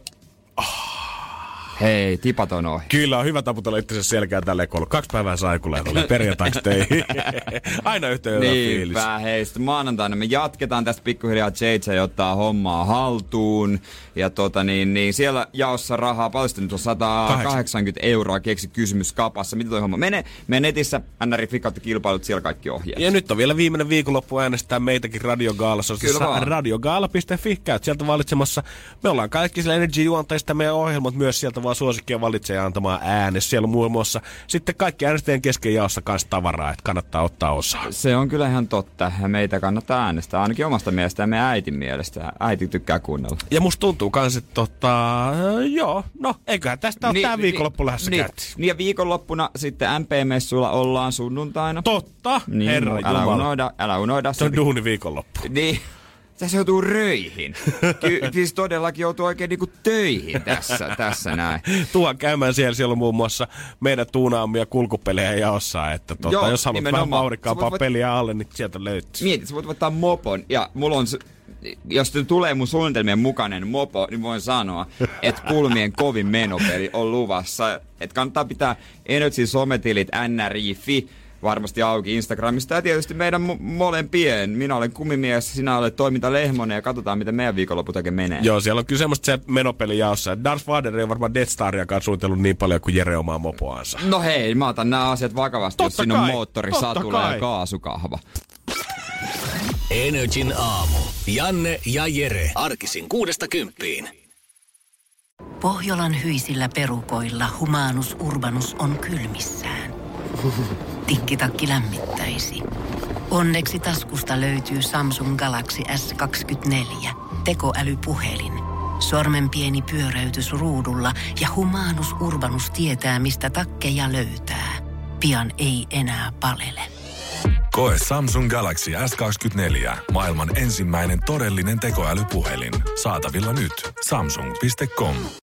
Hei, tipat on ohi. Kyllä on hyvä taputella itsensä selkään tälleen, kun 2 päivää saikuleen tulee perjantaiksi töihin. Aina yhtä hyvä fiilis. Niinpä, hei, sitten maanantaina me jatketaan tästä pikkuhiljaa. JJ ottaa hommaa haltuun. Ja siellä jaossa rahaa, paljon nyt on 180 euroa, keksi kysymys kapassa. Mitä toi homma? Mene netissä, NRI-kilpailut, siellä kaikki ohjeet. Ja nyt on vielä viimeinen viikonloppu äänestää meitäkin Radiogaalassa. Radiogaala.fi, käyt sieltä valitsemassa. Me ollaan kaikki siellä Energy-juontajista, meidän ohjelmat myös sieltä vaan suosikkia valitsee antamaan äänes. Siellä on muun muassa sitten kaikki äänestäjien kesken jaossa kanssa tavaraa, että kannattaa ottaa osaa. Se on kyllä ihan totta. Ja meitä kannattaa äänestää, ainakin omasta mielestä ja meidän äitin mielestä. Äiti tykkää kuunnella. Ja musta tuntuu kans, että eiköhän tästä ole tää viikonloppu lähdössä käytiin. Niin ja viikonloppuna sitten MP-messuilla ollaan sunnuntaina. Totta, niin, herra jumala. Älä unohda. Se on duuni viikonloppu. Niin. Tässä joutuu röihin. Siis todellakin joutuu oikein niinku töihin tässä näin. Tuohan käymään siellä on muun muassa meidän tuunaamia kulkupelejä jaossa, että jos haluat vähän vauhdikkaampaa peliä alle, niin sieltä löytyy. Mietit, sä voit ottaa mopon ja mulla on, jos tulee mun suunnitelmien mukainen mopo, niin voin sanoa, että kulmien kovin menopeli on luvassa. Että kannattaa pitää Energy sometilit NRI.fi varmasti auki Instagramista ja tietysti meidän molempien. Minä olen kumimies, sinä olet toimintalehmonen ja katsotaan, miten meidän viikonloppu oikein menee. Joo, siellä on kyllä semmoista se menopeli jaossa. Darth Vader ei ole varmaan Death Stariakaan suunnitellut niin paljon kuin Jere omaa mopoansa. No hei, mä otan nämä asiat vakavasti, totta jos siinä on moottorisatula ja kaasukahva. Energin aamu. Janne ja Jere. Arkisin 6–10. Pohjolan hyisillä perukoilla Humanus Urbanus on kylmissään. Tikkitakki lämmittäisi. Onneksi taskusta löytyy Samsung Galaxy S24. Tekoälypuhelin. Sormen pieni pyöräytys ruudulla ja Humanus Urbanus tietää, mistä takkeja löytää. Pian ei enää palele. Koe Samsung Galaxy S24. Maailman ensimmäinen todellinen tekoälypuhelin. Saatavilla nyt. Samsung.com.